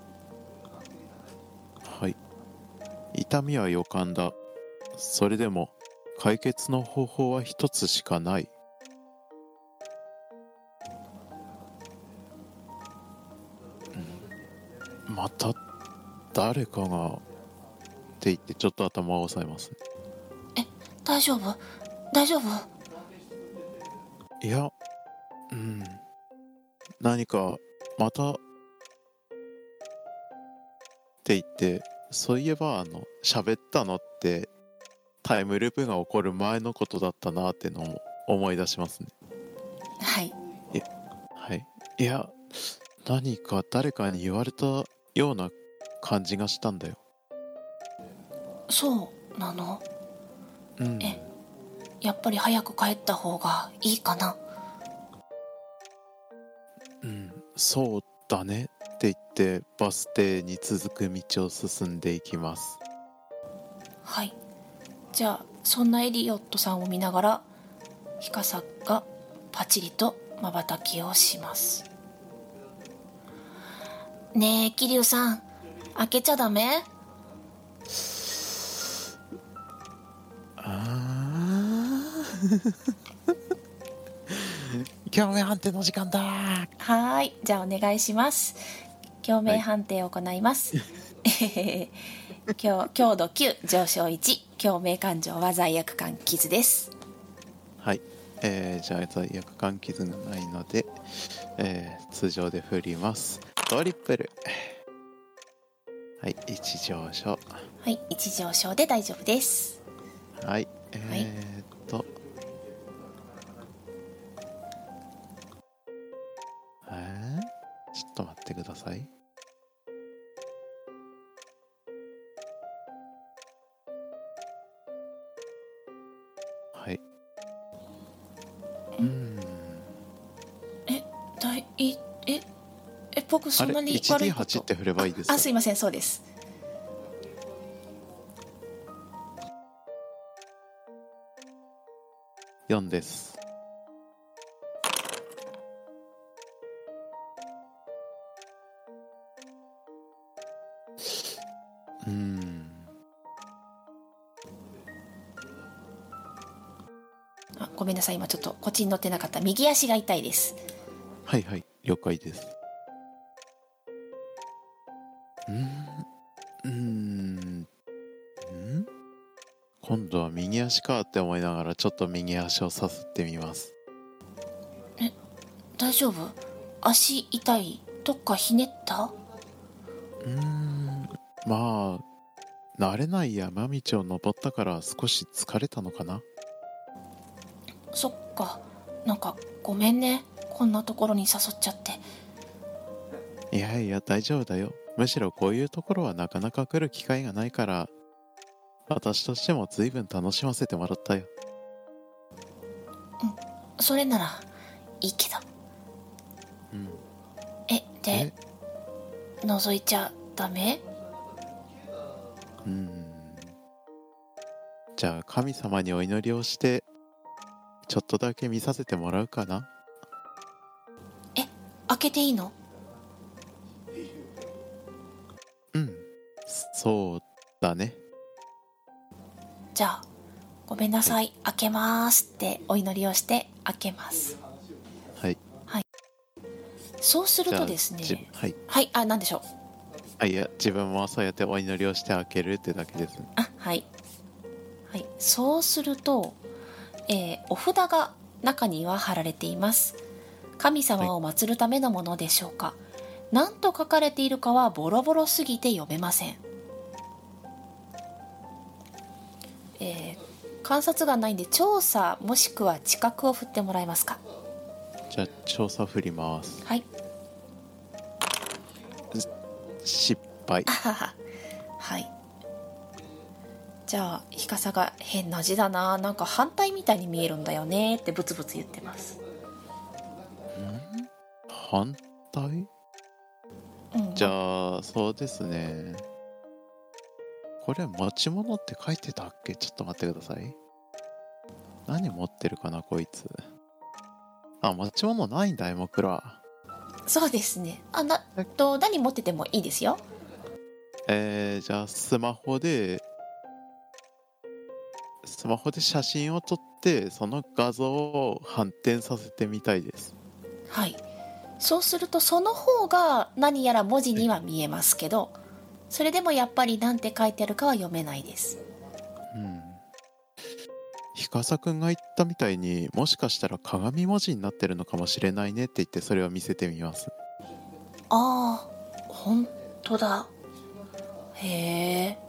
はい。痛みは予感だ。それでも解決の方法は一つしかない。また誰かがって言ってちょっと頭を押さえますね。 大丈夫？大丈夫？ いや、何かまたって言って、そういえば喋ったのってタイムループが起こる前のことだったなってのを思い出しますね。 はい。 はい。いや、何か誰かに言われたような感じがしたんだよ。 そうなの？やっぱり早く帰った方がいいかな？ そうだねって言ってバス停に続く道を進んでいきます。 はい。じゃあそんなエリオットさんを見ながらひかさがパチリと瞬きをします。ねえ桐生さん、開けちゃダメ？ 共鳴判定の時間だ。 はーい、じゃあお願いします。共鳴判定を行います。強度9、上昇1、共鳴感情は罪悪感傷です。 はい、じゃあ罪悪感傷がないので、通常で振ります。トリプル。はい、1上昇。 はい、1上昇で大丈夫です。 はい、ちょっと待ってください。はい。 僕そんなに悪いこと。 1D8 って振ればいいですか？ すいません、そうです。 4です。 ごめんなさい、今ちょっとこっちに乗ってなかった。右足が痛いです。 はいはい、了解です。今度は右足かって思いながらちょっと右足をさすってみます。 大丈夫？足痛い？どっかひねった？ まあ慣れない山道を登ったから少し疲れたのかな。 そっか、なんかごめんね、こんなところに誘っちゃって。 いやいや大丈夫だよ。むしろこういうところはなかなか来る機会がないから、私としても随分楽しませてもらったよ。 それならいいけど。で覗いちゃダメ？ じゃあ神様にお祈りをしてちょっとだけ見させてもらうかな。 開けていいの？ そうだね。 じゃあごめんなさい、開けますってお祈りをして開けます。 はい。 そうするとですね、何でしょう？ いや、自分もそうやってお祈りをして開けるってだけです。 はい、そうすると、お札が中には貼られています。神様を祀るためのものでしょうか？何と書かれているかはボロボロすぎて読めません。観察がないんで調査もしくは知覚を振ってもらえますか？ じゃあ調査振ります。 はい。 失敗。 はい。じゃあひかさが変な字だな、なんか反対みたいに見えるんだよねってブツブツ言ってます。 反対？じゃあそうですね、これ持ち物って書いてたっけ？ちょっと待ってください。何持ってるかなこいつ。持ち物ないんだ、エモクラ。 そうですね。何持っててもいいですよ。 じゃあスマホで写真を撮ってその画像を反転させてみたいです。 はい。そうするとその方が何やら文字には見えますけど、それでもやっぱり何て書いてあるかは読めないです。 ひかさくんが言ったみたいに、もしかしたら鏡文字になってるのかもしれないねって言って、それを見せてみます。 本当だ。へえ、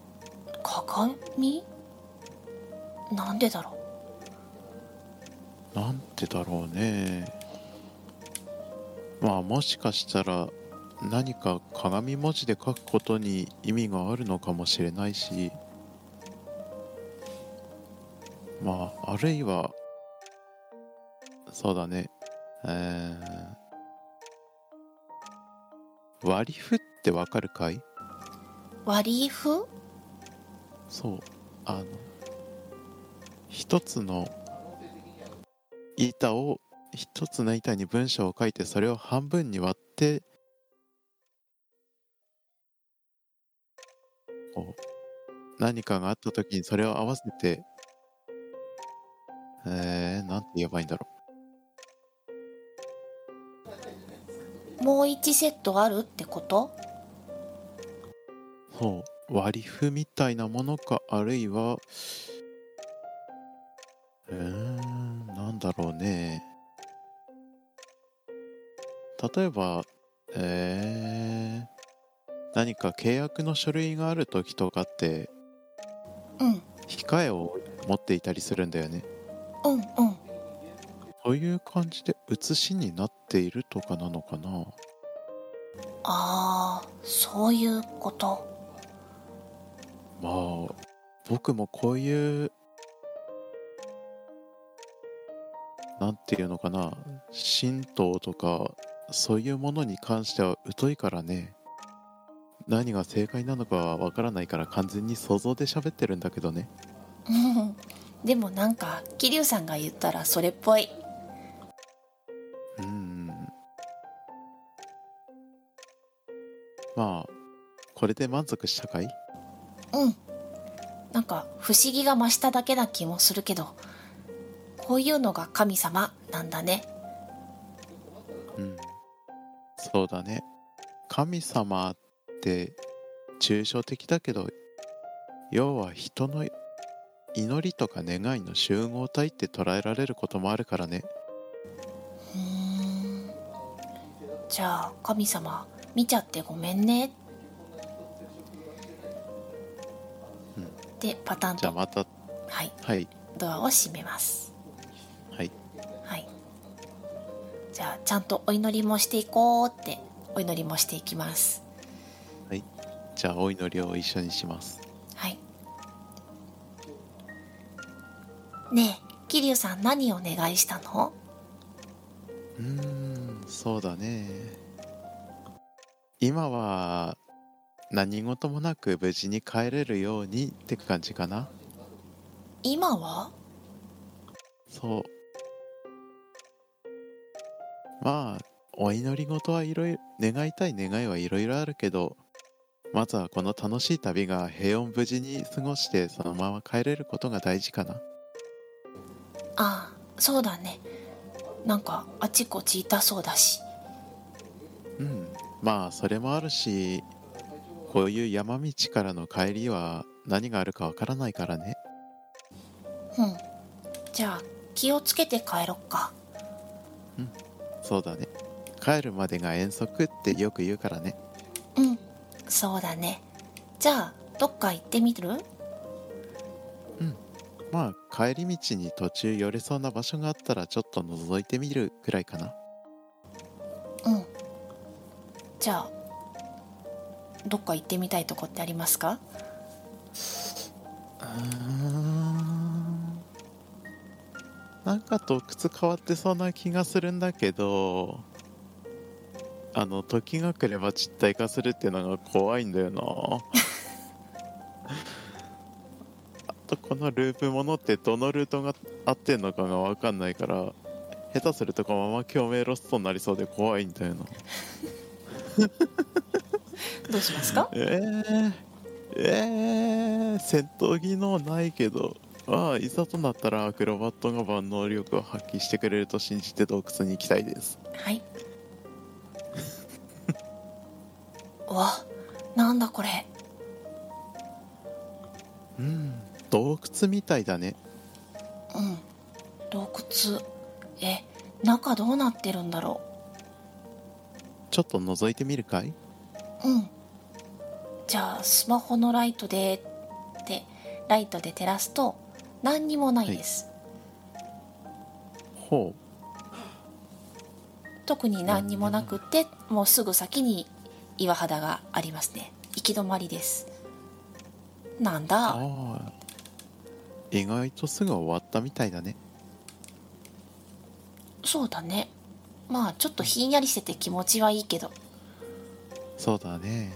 鏡？なんでだろうね。もしかしたら何か鏡文字で書くことに意味があるのかもしれないし、あるいはそうだね、割り符ってわかるかい？ 割り符？ そう、一つの板に文章を書いて、それを半分に割って何かがあった時にそれを合わせてなんて言えばいいんだろもう1セットあるってこと？ う。そう、割り符みたいなものか、あるいは、なんだろうね。例えば、何か契約の書類がある時とかって、 うん控えを持っていたりするんだよね。 うんうん。 そういう感じで写しになっているとかなのかな。 ああ、そういうこと。 まあ、僕もこういう、なんていうのかな、神道とか、そういうものに関しては疎いからね。何が正解なのかはわからないから完全に想像で喋ってるんだけどね。 うんでもなんか桐生さんが言ったらそれっぽい。 うーん。まあ、これで満足したかい？ うん。なんか不思議が増しただけな気もするけど、こういうのが神様なんだね。 うん。そうだね。神様って抽象的だけど、要は人の祈りとか願いの集合体って捉えられることもあるからね。 うーん。じゃあ神様見ちゃってごめんね。 うん。 でパタンと、 じゃあまた、 はい、 はい、 ドアを閉めます。 はい、 はい。じゃあちゃんとお祈りもしていこうってお祈りもしていきます。 はい。じゃあお祈りを一緒にします。 はい。ねえ桐生さん何をお願いしたの？ そうだね。今は何事もなく無事に帰れるようにって感じかな。 今は？ そう。まあ、お祈り事はいろいろ、願いたい願いはいろいろあるけど、まずはこの楽しい旅が平穏無事に過ごしてそのまま帰れることが大事かな。 ああ、そうだね。なんかあちこち痛そうだし。 うん。まあ、それもあるし、こういう山道からの帰りは何があるかわからないからね。 うん。じゃあ気をつけて帰ろっか。 うん。そうだね。帰るまでが遠足ってよく言うからね。 うん。そうだね。じゃあどっか行ってみる？ うん。まあ、帰り道に途中寄れそうな場所があったらちょっと覗いてみるくらいかな。 うん。じゃあどっか行ってみたいとこってありますか？ なんか洞窟変わってそうな気がするんだけど、時が来れば実体化するっていうのが怖いんだよな。あとこのループものってどのルートが合ってんのかが分かんないから、下手するとこのまま共鳴ロストになりそうで怖いんだよな。 どうしますか？ 戦闘技能ないけど、まあいざとなったらアクロバットが万能力を発揮してくれると信じて洞窟に行きたいです。 はい。うわ、なんだこれ。 洞窟みたいだね。 うん。洞窟。中どうなってるんだろちょっと覗いてみるかい？ う。うん。じゃあスマホのライトでライトで照らすと何にもないです、 ほ特に何にもなくって、もうすぐ先に岩肌がありますね。行き止まりです。なんう。 だ。 ああ、意外とすぐ終わったみたいだね。 そうだね。まあちょっとひんやりしてて気持ちはいいけど。 そうだね。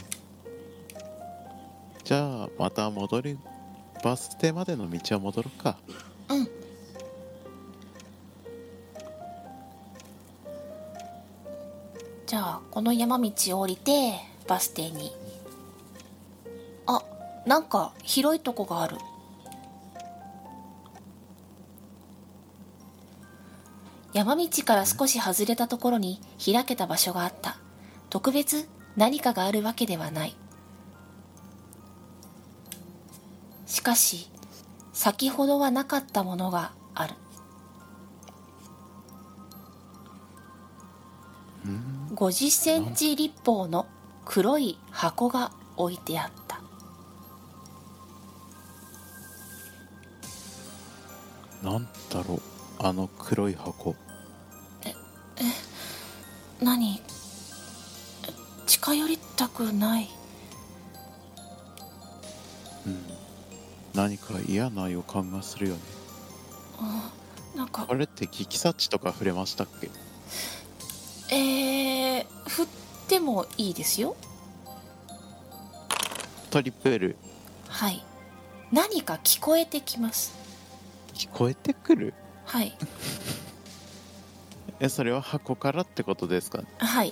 じゃあまた戻る、バス停までの道は戻ろうか。 うん。じゃあこの山道を降りてバス停に。あ、なんか広いとこがある。 山道から少し外れたところに開けた場所があった。特別何かがあるわけではない。しかし先ほどはなかったものがある。50センチ立方の黒い箱が置いてあった。 なんだろう、あの黒い箱。 何？近寄りたくない。 何か嫌な予感がするよね。 なんかあれって危機察知とか触れましたっけ？ 振ってもいいですよ。 トリプル。 はい。何か聞こえてきます。 聞こえてくる？ はい。 それは箱からってことですかね？ はい。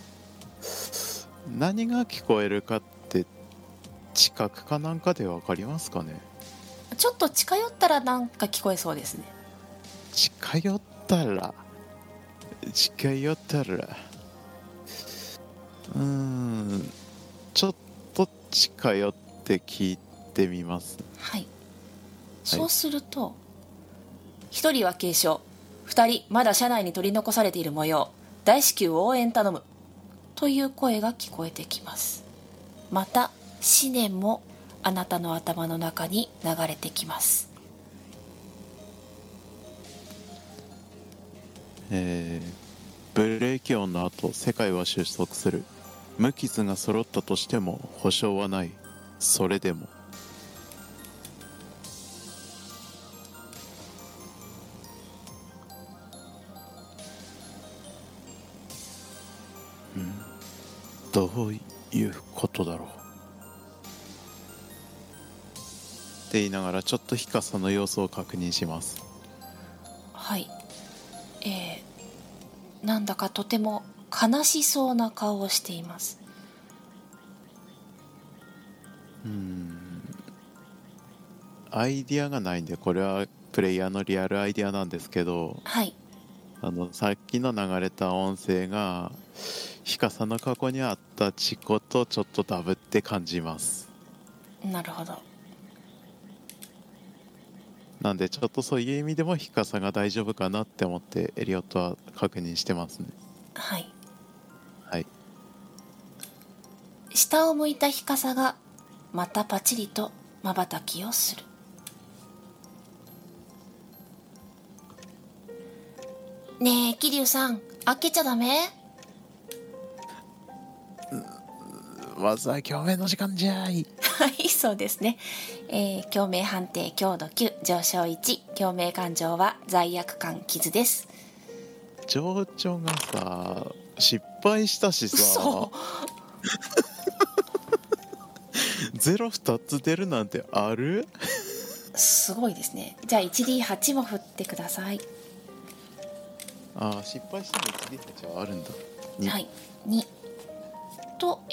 何が聞こえるかって知覚かなんかでわかりますかね？ ちょっと近寄ったらなんか聞こえそうですね。 近寄ったらちょっと近寄って聞いてみます。 はい。そうすると、一人は軽傷、二人まだ車内に取り残されている模様、大至急応援頼むという声が聞こえてきます。また思念もあなたの頭の中に流れてきます。 ブレーキ音の後、世界は収束する。無傷が揃ったとしても保証はない。それでもどういうことだろうって言いながらちょっとヒカサの様子を確認します。 はい。なんだかとても悲しそうな顔をしています。 アイディアがないんで、これはプレイヤーのリアルアイディアなんですけど、 はい。 さっきの流れた音声がヒカサの過去にあった事故とちょっとダブって感じます。 なるほど。 なんでちょっとそういう意味でもヒカサが大丈夫かなって思ってエリオットは確認してますね。 はい。 はい。 下を向いた日傘がまたパチリと瞬きをする。ねえ桐生さん、開けちゃダメ？ まずは共鳴の時間じゃい。 はい、そうですね。共鳴判定強度9、上昇1、共鳴感情は罪悪感傷です。 情緒がさ失敗したしさ嘘。 ゼロ2つ出るなんてある？ すごいですね。じゃあ 1D8 も振ってください。 失敗しても 1D8 はあるんだ。 はい、2と、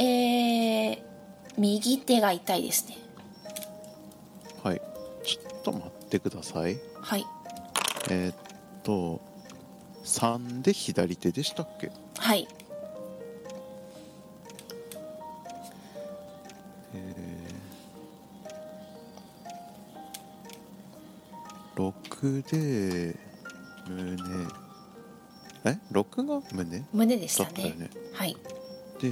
右手が痛いですね。 はい、ちょっと待ってください。 はい。 3で左手でしたっけ？ はい。 6で胸、6が胸でしたね。 だったよね。 はい。 で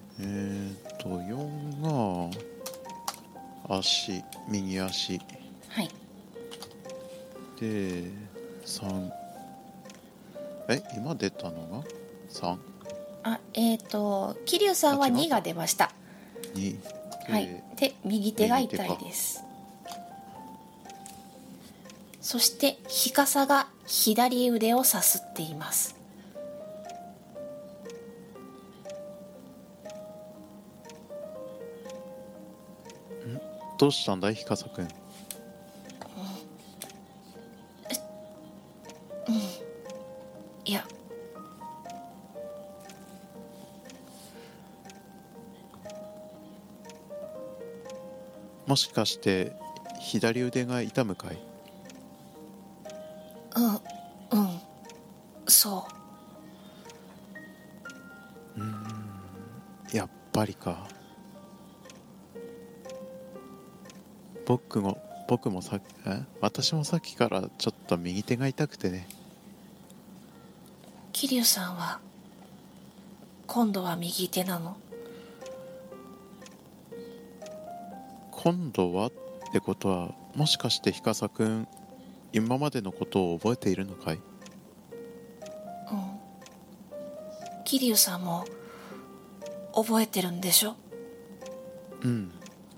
4が足、右足はい。 で3、今出たのが 3？ 桐生さんは2が出ました。 2 はい。で右手が痛いです。そして日傘が左腕をさすっています。 どうしたんだい、ひかさくん。 いや、 もしかして左腕が痛むかい？ やっぱりか。僕も私もさっきからちょっと右手が痛くてね。 桐生さんは今度は右手なの？ 今度はってことは、もしかしてひかさくん、今までのことを覚えているのかい？ 桐生さんも覚えてるんでしょ？ うん。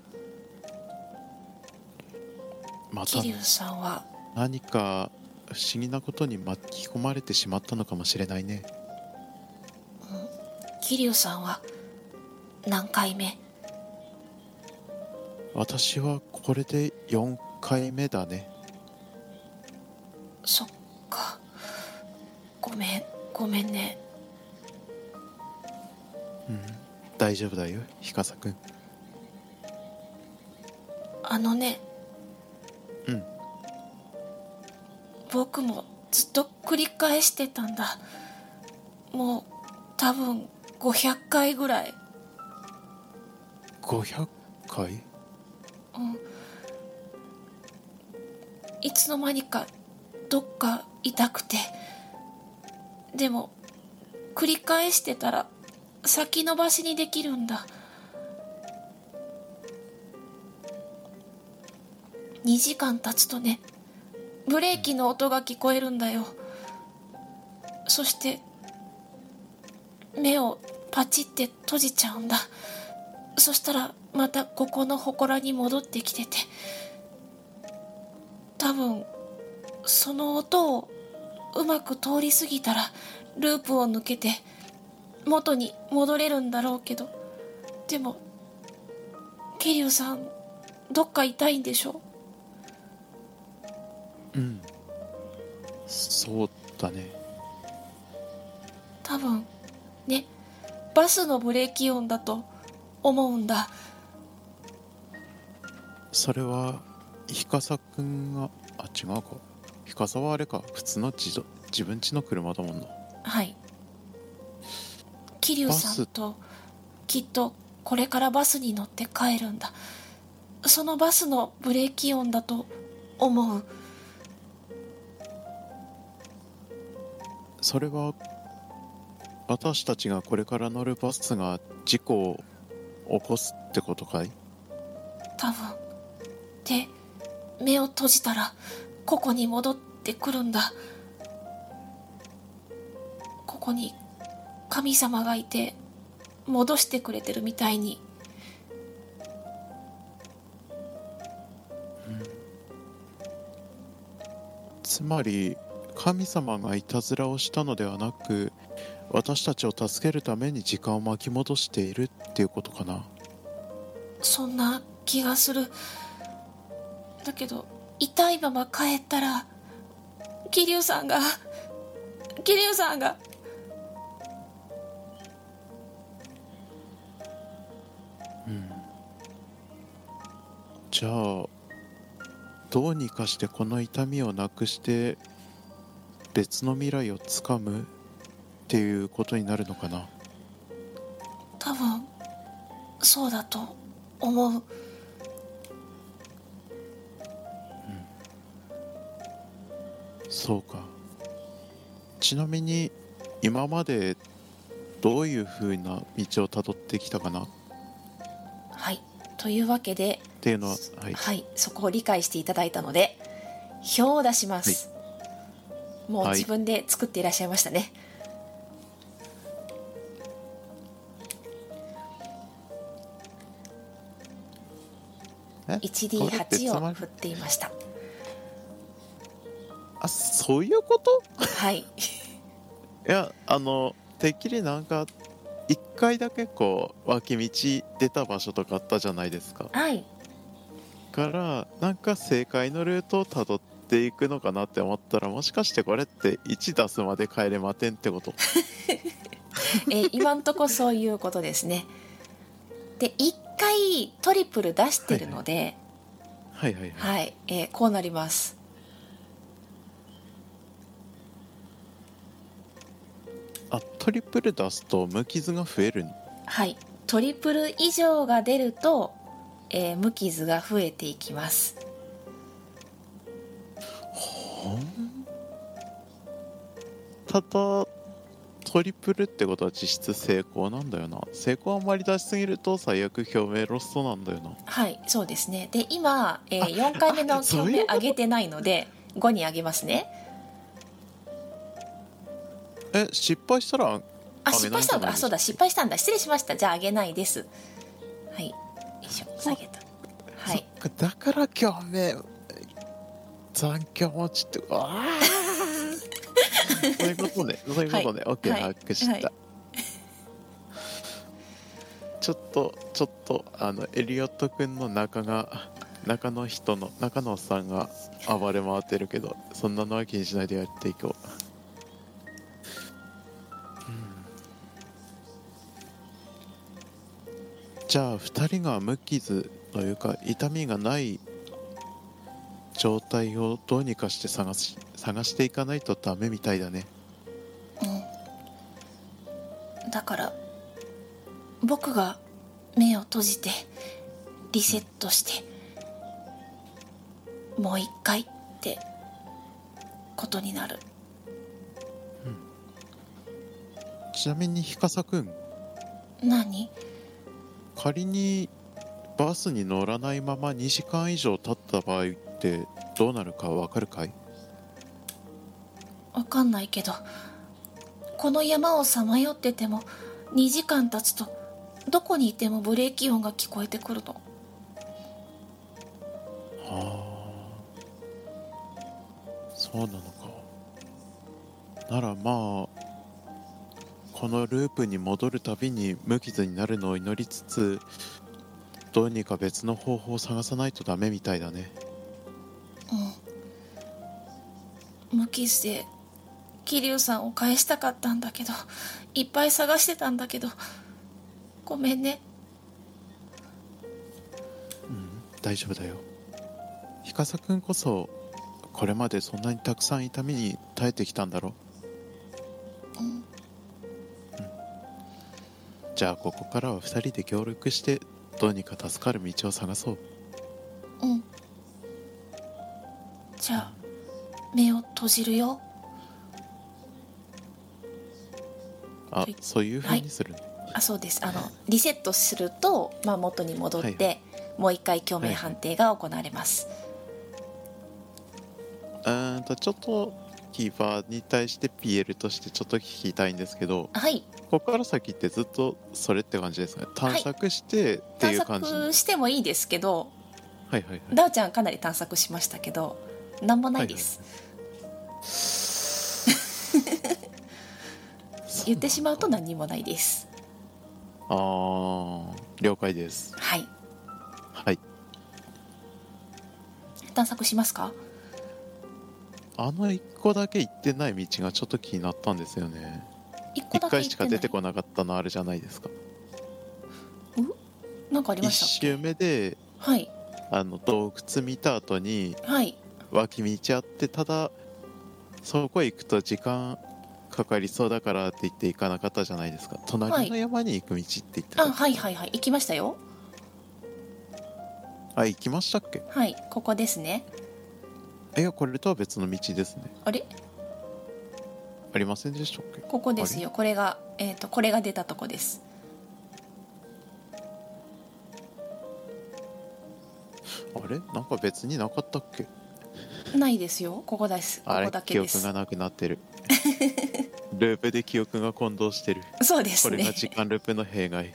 また桐生さんは何か不思議なことに巻き込まれてしまったのかもしれないね。 桐生さんは何回目？ 私はこれで4回目だね。 そっか、ごめんね。 大丈夫だよ、ひかさくん。 僕もずっと繰り返してたんだ。もう多分500回ぐらい。 500回？ いつの間にかどっか痛くて、でも繰り返してたら先延ばしにできるんだ。2時間経つとね、ブレーキの音が聞こえるんだよ。そして目をパチって閉じちゃうんだ。そしたらまたここの祠に戻ってきてて、多分その音をうまく通り過ぎたらループを抜けて元に戻れるんだろうけど、でも桐生さんどっか痛いんでしょ？ そうだね。 多分ね、バスのブレーキ音だと思うんだ。 それはひかさくんが違うか。ひかさはあれか、普通の自分家の車だもんな。 はい。桐生さんときっとこれからバスに乗って帰るんだ。そのバスのブレーキ音だと思う。 それは私たちがこれから乗るバスが事故を起こすってことかい？ 多分。で、目を閉じたらここに戻ってくるんだ。ここに神様がいて戻してくれてるみたいに。 つまり神様がいたずらをしたのではなく、私たちを助けるために時間を巻き戻しているっていうことかな。 そんな気がする。だけど痛いまま帰ったら桐生さんがじゃあどうにかしてこの痛みをなくして別の未来をつかむっていうことになるのかな。 多分そうだと思う。 そうか。ちなみに今までどういう風な道をたどってきたかな。 はい、というわけでっていうのは、 はい、そこを理解していただいたので表を出します、もう自分で作っていらっしゃいましたね。1D8 を振っていました。 あ、そういうこと？ はい。 いや、てっきりなんか一回だけこう脇道出た場所とかあったじゃないですか。 はい。 からなんか正解のルートをたどっていくのかなって思ったら、もしかしてこれって1出すまで帰れまてんってこと？ 今んとこそういうことですね。で1回トリプル出してるので、 はい、 こうなります。 トリプル出すと無傷が増えるん？ はい、トリプル以上が出ると、無傷が増えていきます。 ただトリプルってことは実質成功なんだよな。成功あんまり出しすぎると最悪表明ロストなんだよな。 はいそうですね。で今、4回目の表明上げてないので5に上げますね。 失敗したら失敗したんだ。そうだ、失敗したんだ。失礼しました。じゃあ上げないです。はい、よいしょ、下げた。はい、 だから表明残響持ちってそういうことね。そういうことね。OK、把握した。 はいちょっとエリオット君の中のさんが暴れ回ってるけど、そんなのは気にしないでやっていこう。じゃあ2人が無傷というか痛みがない状態をどうにかして探していかないとダメみたいだね。 だから僕が目を閉じてリセットしてもう一回ってことになる。 ちなみにひかさくん、 何？ 仮にバスに乗らないまま2時間以上経った場合ってどうなるかわかるかい？ わかんないけど、この山をさまよってても2時間経つとどこにいてもブレーキ音が聞こえてくるの。 そうなのか。ならまあこのループに戻るたびに無傷になるのを祈りつつ、どうにか別の方法を探さないとダメみたいだね。 無傷で桐生さんを返したかったんだけど、いっぱい探してたんだけど、ごめんね。 大丈夫だよ。ひかさくんこそこれまでそんなにたくさん痛みに耐えてきたんだろ。じゃあここからは2人で協力してどうにか助かる道を探そう。 じゃあ目を閉じるよ。 そういう風にするね。 そうです。リセットすると、元に戻って、もう一回共鳴判定が行われます。 ちょっとキーパーに対して PL としてちょっと聞きたいんですけど、ここから先ってずっとそれって感じですかね。探索してっていう感じ。 探索してもいいですけど、ダウちゃんかなり探索しましたけどなんもないです、言ってしまうと何にもないです。 了解です。はい。 探索しますか？ 1個だけ行ってない道がちょっと気になったんですよね。1回しか出てこなかったのあるじゃないですか。 なんかありましたっけ？ 1周目で、洞窟見た後に、脇道あって、ただそこへ行くと時間かかりそうだからって言って行かなかったじゃないですか。隣の山に行く道って言ってた。 行きましたよ。 行きましたっけ？ ここですね。 いや、これとは別の道ですね。 あれ？ ありませんでしたっけ？ ここですよ。これが出たとこです。 あれ？なんか別になかったっけ？ ないですよ。ここです。ここだけです。 記憶がなくなってる。ループで記憶が混同してる。 そうですね。 これが時間ループの弊害。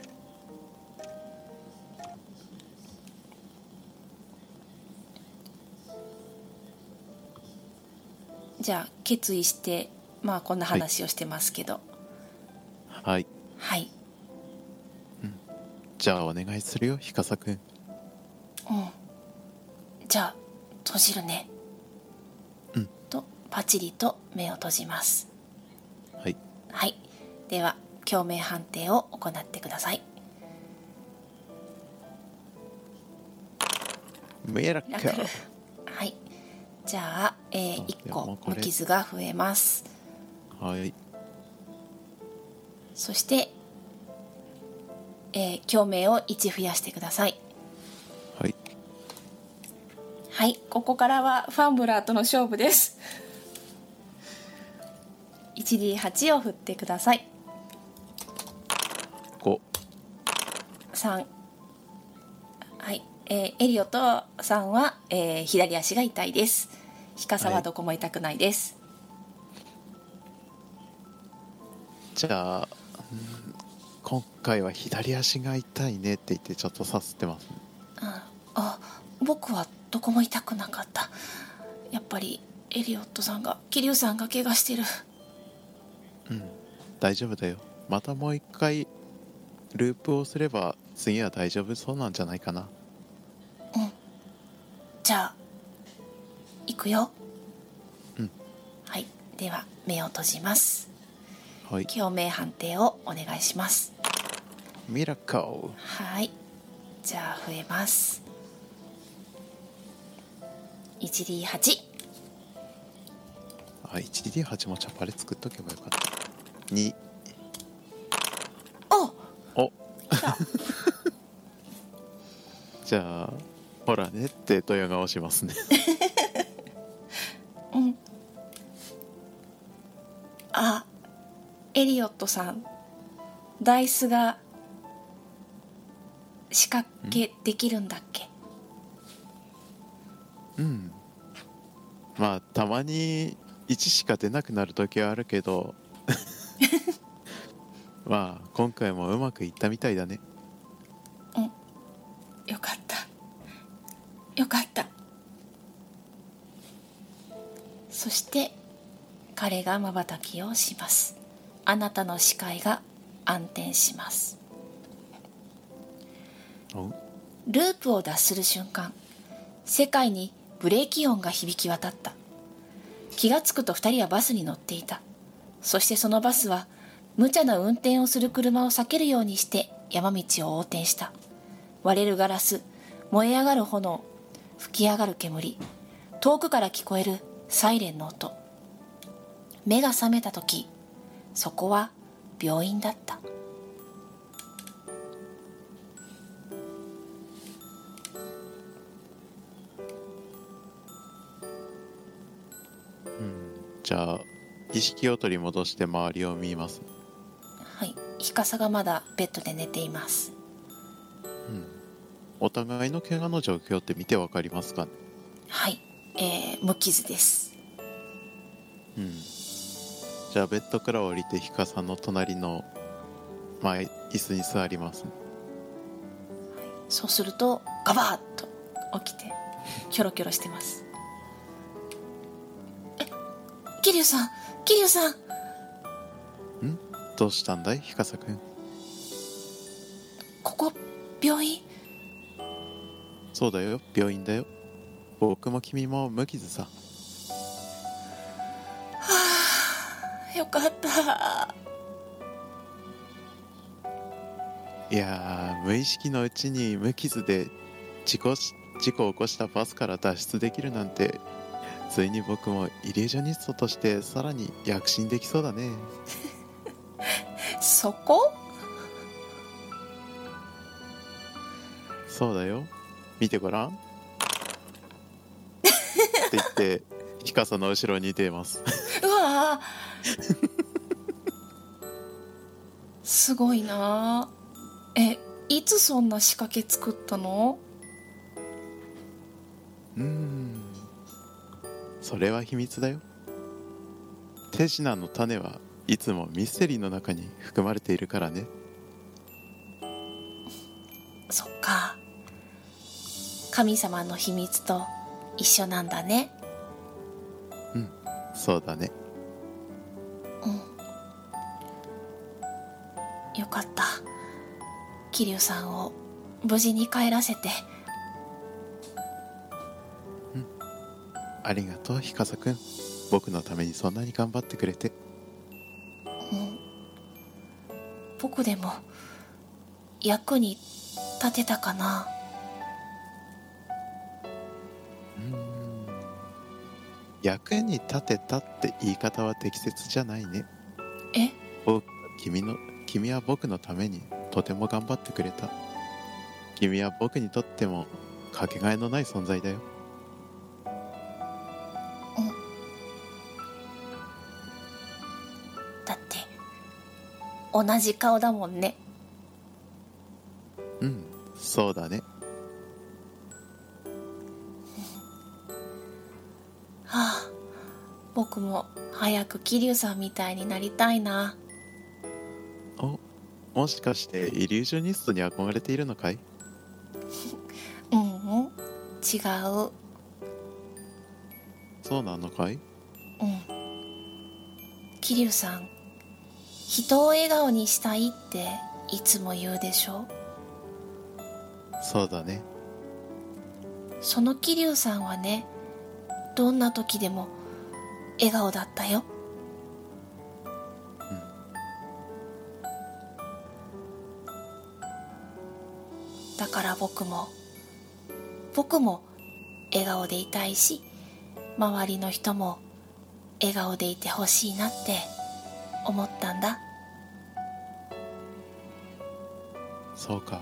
じゃあ決意してこんな話をしてますけど。 じゃあお願いするよ、ひかさくん。 じゃあ閉じるね。とパチリと目を閉じます。では共鳴判定を行ってください。 ミラクル。 じゃあ、1個無傷が増えます。 そして、共鳴を1増やしてください。 はい。 はい、ここからはファンブラーとの勝負です。1D8 を振ってください。 5。 3。はい、エリオットさんは、左足が痛いです。ひかさはどこも痛くないです。 じゃあ、今回は左足が痛いねって言ってちょっとさせてます、ね。 僕はどこも痛くなかった。やっぱりエリオットさんが、桐生さんが怪我してる。 大丈夫だよ。またもう一回ループをすれば次は大丈夫そうなんじゃないかな。 じゃあ行くよ。はい、では目を閉じます。 はい。 共鳴判定をお願いします。 ミラクル。 はい、じゃあ増えます。1D8。 1D8 もチャパレ作っとけばよかった。2。お来た。 じゃあほらねってドヤ顔しますね。 エリオットさん、ダイスが仕掛けできるんだっけ？ まあたまに1しか出なくなる時はあるけどまあ今回もうまくいったみたいだね。 よかったよかった。そして彼が瞬きをします。あなたの視界が暗転します。ループを脱する瞬間、世界にブレーキ音が響き渡った。気がつくと2人はバスに乗っていた。そしてそのバスは無茶な運転をする車を避けるようにして山道を横転した。割れるガラス、燃え上がる炎、吹き上がる煙、遠くから聞こえるサイレンの音。目が覚めた時、そこは病院だった。 じゃあ意識を取り戻して周りを見ます。 はい、ひかさがまだベッドで寝ています。 お互いの怪我の状況って見てわかりますかね？ はい、無傷です。 じゃあベッドから降りてひかさんの隣の椅子に座ります、ね。 そうするとガバッと起きてキョロキョロしてます。桐生さん、桐生さん。 どうしたんだいひかさくん。 ここ病院？ そうだよ、病院だよ。僕も君も無傷さ。 よかった。 いやー、無意識のうちに無傷で事故を起こしたバスから脱出できるなんて、ついに僕もイリュージョニストとしてさらに躍進できそうだね。 そこ？ そうだよ、見てごらんって言ってひかさの後ろに出ますうわすごいな。いつそんな仕掛け作ったの？ それは秘密だよ。手品の種はいつもミステリーの中に含まれているからね。 そっか、神様の秘密と一緒なんだね。 そうだね。 よかった。桐生さんを無事に帰らせて。 ありがとうひかさくん。僕のためにそんなに頑張ってくれて。 僕でも役に立てたかな。 役に立てたって言い方は適切じゃないね。 え？ 僕君の君は僕のためにとても頑張ってくれた。君は僕にとってもかけがえのない存在だよ。 だって同じ顔だもんね。 うん、そうだね。 はあ、僕も早く桐生さんみたいになりたいな。 もしかしてイリュージョニストに憧れているのかい？ うん、違う。 そうなのかい？ 桐生さん、人を笑顔にしたいっていつも言うでしょ。 そうだね。 その桐生さんはね、どんな時でも笑顔だったよ。だから僕も笑顔でいたいし、周りの人も笑顔でいてほしいなって思ったんだ。 そうか。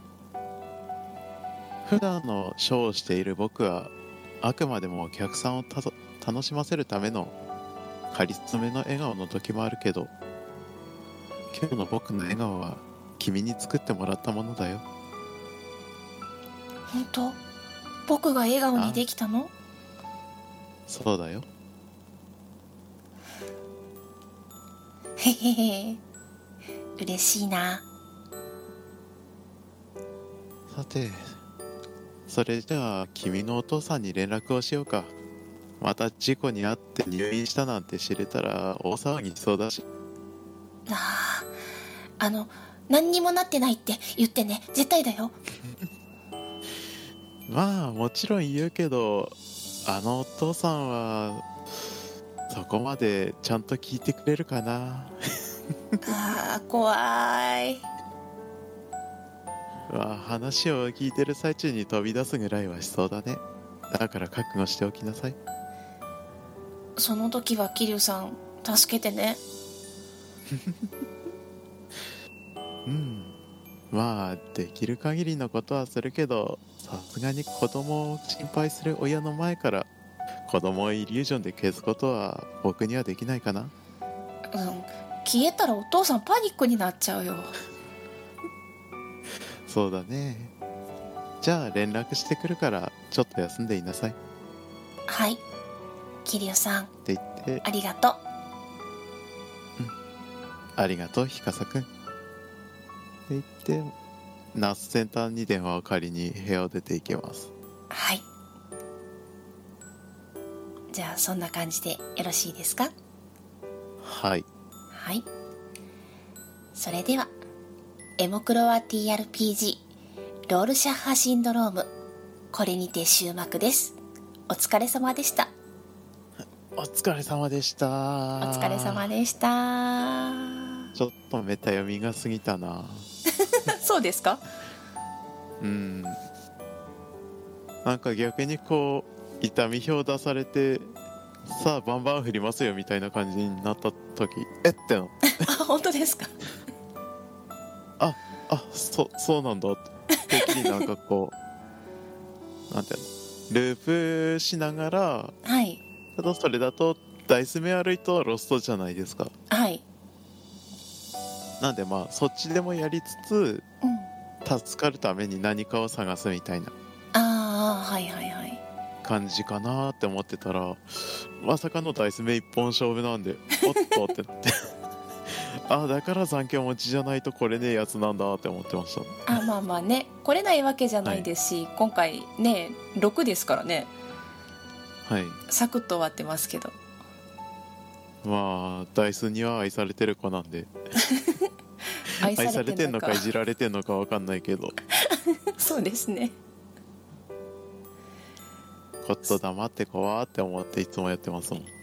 普段のショーをしている僕はあくまでもお客さんを楽しませるためのカリスマの笑顔の時もあるけど、今日の僕の笑顔は君に作ってもらったものだよ。 本当？僕が笑顔にできたの？ そうだよ。 へへへ、嬉しいな。 さて、それじゃあ君のお父さんに連絡をしようか。また事故に遭って入院したなんて知れたら大騒ぎしそうだし。 何にもなってないって言ってね、絶対だよ。 まあもちろん言うけど、あのお父さんはそこまでちゃんと聞いてくれるかな。 怖い。 まあ話を聞いてる最中に飛び出すぐらいはしそうだね。だから覚悟しておきなさい。 その時は桐生さん助けてね。 まあできる限りのことはするけど、さすがに子供を心配する親の前から子供をイリュージョンで消すことは僕にはできないかな。 消えたらお父さんパニックになっちゃうよ。 そうだね。じゃあ連絡してくるからちょっと休んでいなさい。 はい、桐生さんって言って、 ありがとう。 ありがとうひかさくんって言って、ナースセンターに電話を借りに部屋を出ていきます。 はい、じゃあそんな感じでよろしいですか？ はい。 はい、それではエモクロワ TRPG ロールシャッハシンドローム、これにて終幕です。お疲れ様でした。 お疲れ様でした。 お疲れ様でした。 ちょっとメタ読みが過ぎたな。 そうですか？ なんか逆にこう痛み表出されて、さあバンバン振りますよみたいな感じになった時、っての本当ですか？ そうなんだって、てっきりなんかこうなんていうの、ループしながら、 はい、 ただそれだとダイス目歩いとロストじゃないですか。 はい、 なんでまあそっちでもやりつつ助かるために何かを探すみたいなはいはいはい。 感じかなって思ってたら、まさかのダイス目一本勝負なんで、おっとってなってだから残響持ちじゃないとこれねえやつなんだって思ってました。 まあまあね、来れないわけじゃないですし、今回ね6ですからね、 はい。 サクッと終わってますけど。 まあダイスには愛されてる子なんで愛愛されてんのかいじらられてんのか分かんないけど、 そうですね。 こっと黙ってこわーって思っていつもやってますもん。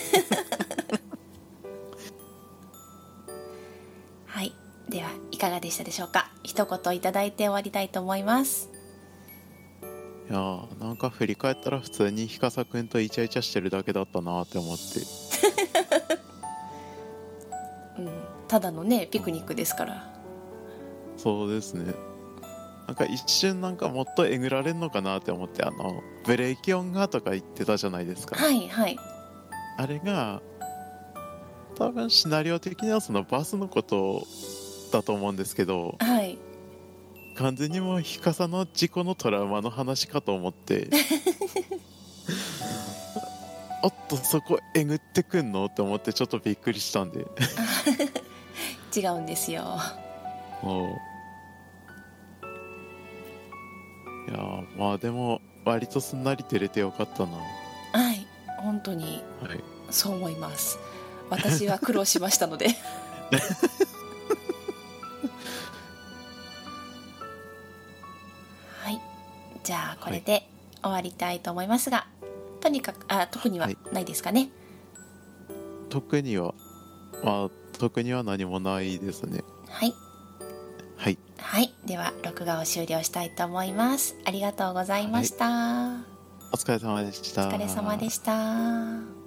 はい、ではいかがでしたでしょうか？一言いただいて終わりたいと思います。 いやー、なんか振り返ったら普通にひかさくんとイチャイチャしてるだけだったなって思って。 ただのねピクニックですから。 そうですね。なんか一瞬なんかもっとえぐられんのかなって思って、ブレーキ音がとか言ってたじゃないですか。 はいはい。 あれが多分シナリオ的にはそのバスのことだと思うんですけど、 はい。 完全にもう日傘の事故のトラウマの話かと思っておっとそこえぐってくんのって思ってちょっとびっくりしたんで違うんですよ。 もういやまあでも割とすんなり照れてよかったな。 はい、本当にはいそう思います。私は苦労しましたのではい、じゃあこれで終わりたいと思いますが、とにかく特にはないですかね。 特には何もないですね。 はいはい、 はい、では録画を終了したいと思います。ありがとうございました。 お疲れ様でした。 お疲れ様でした。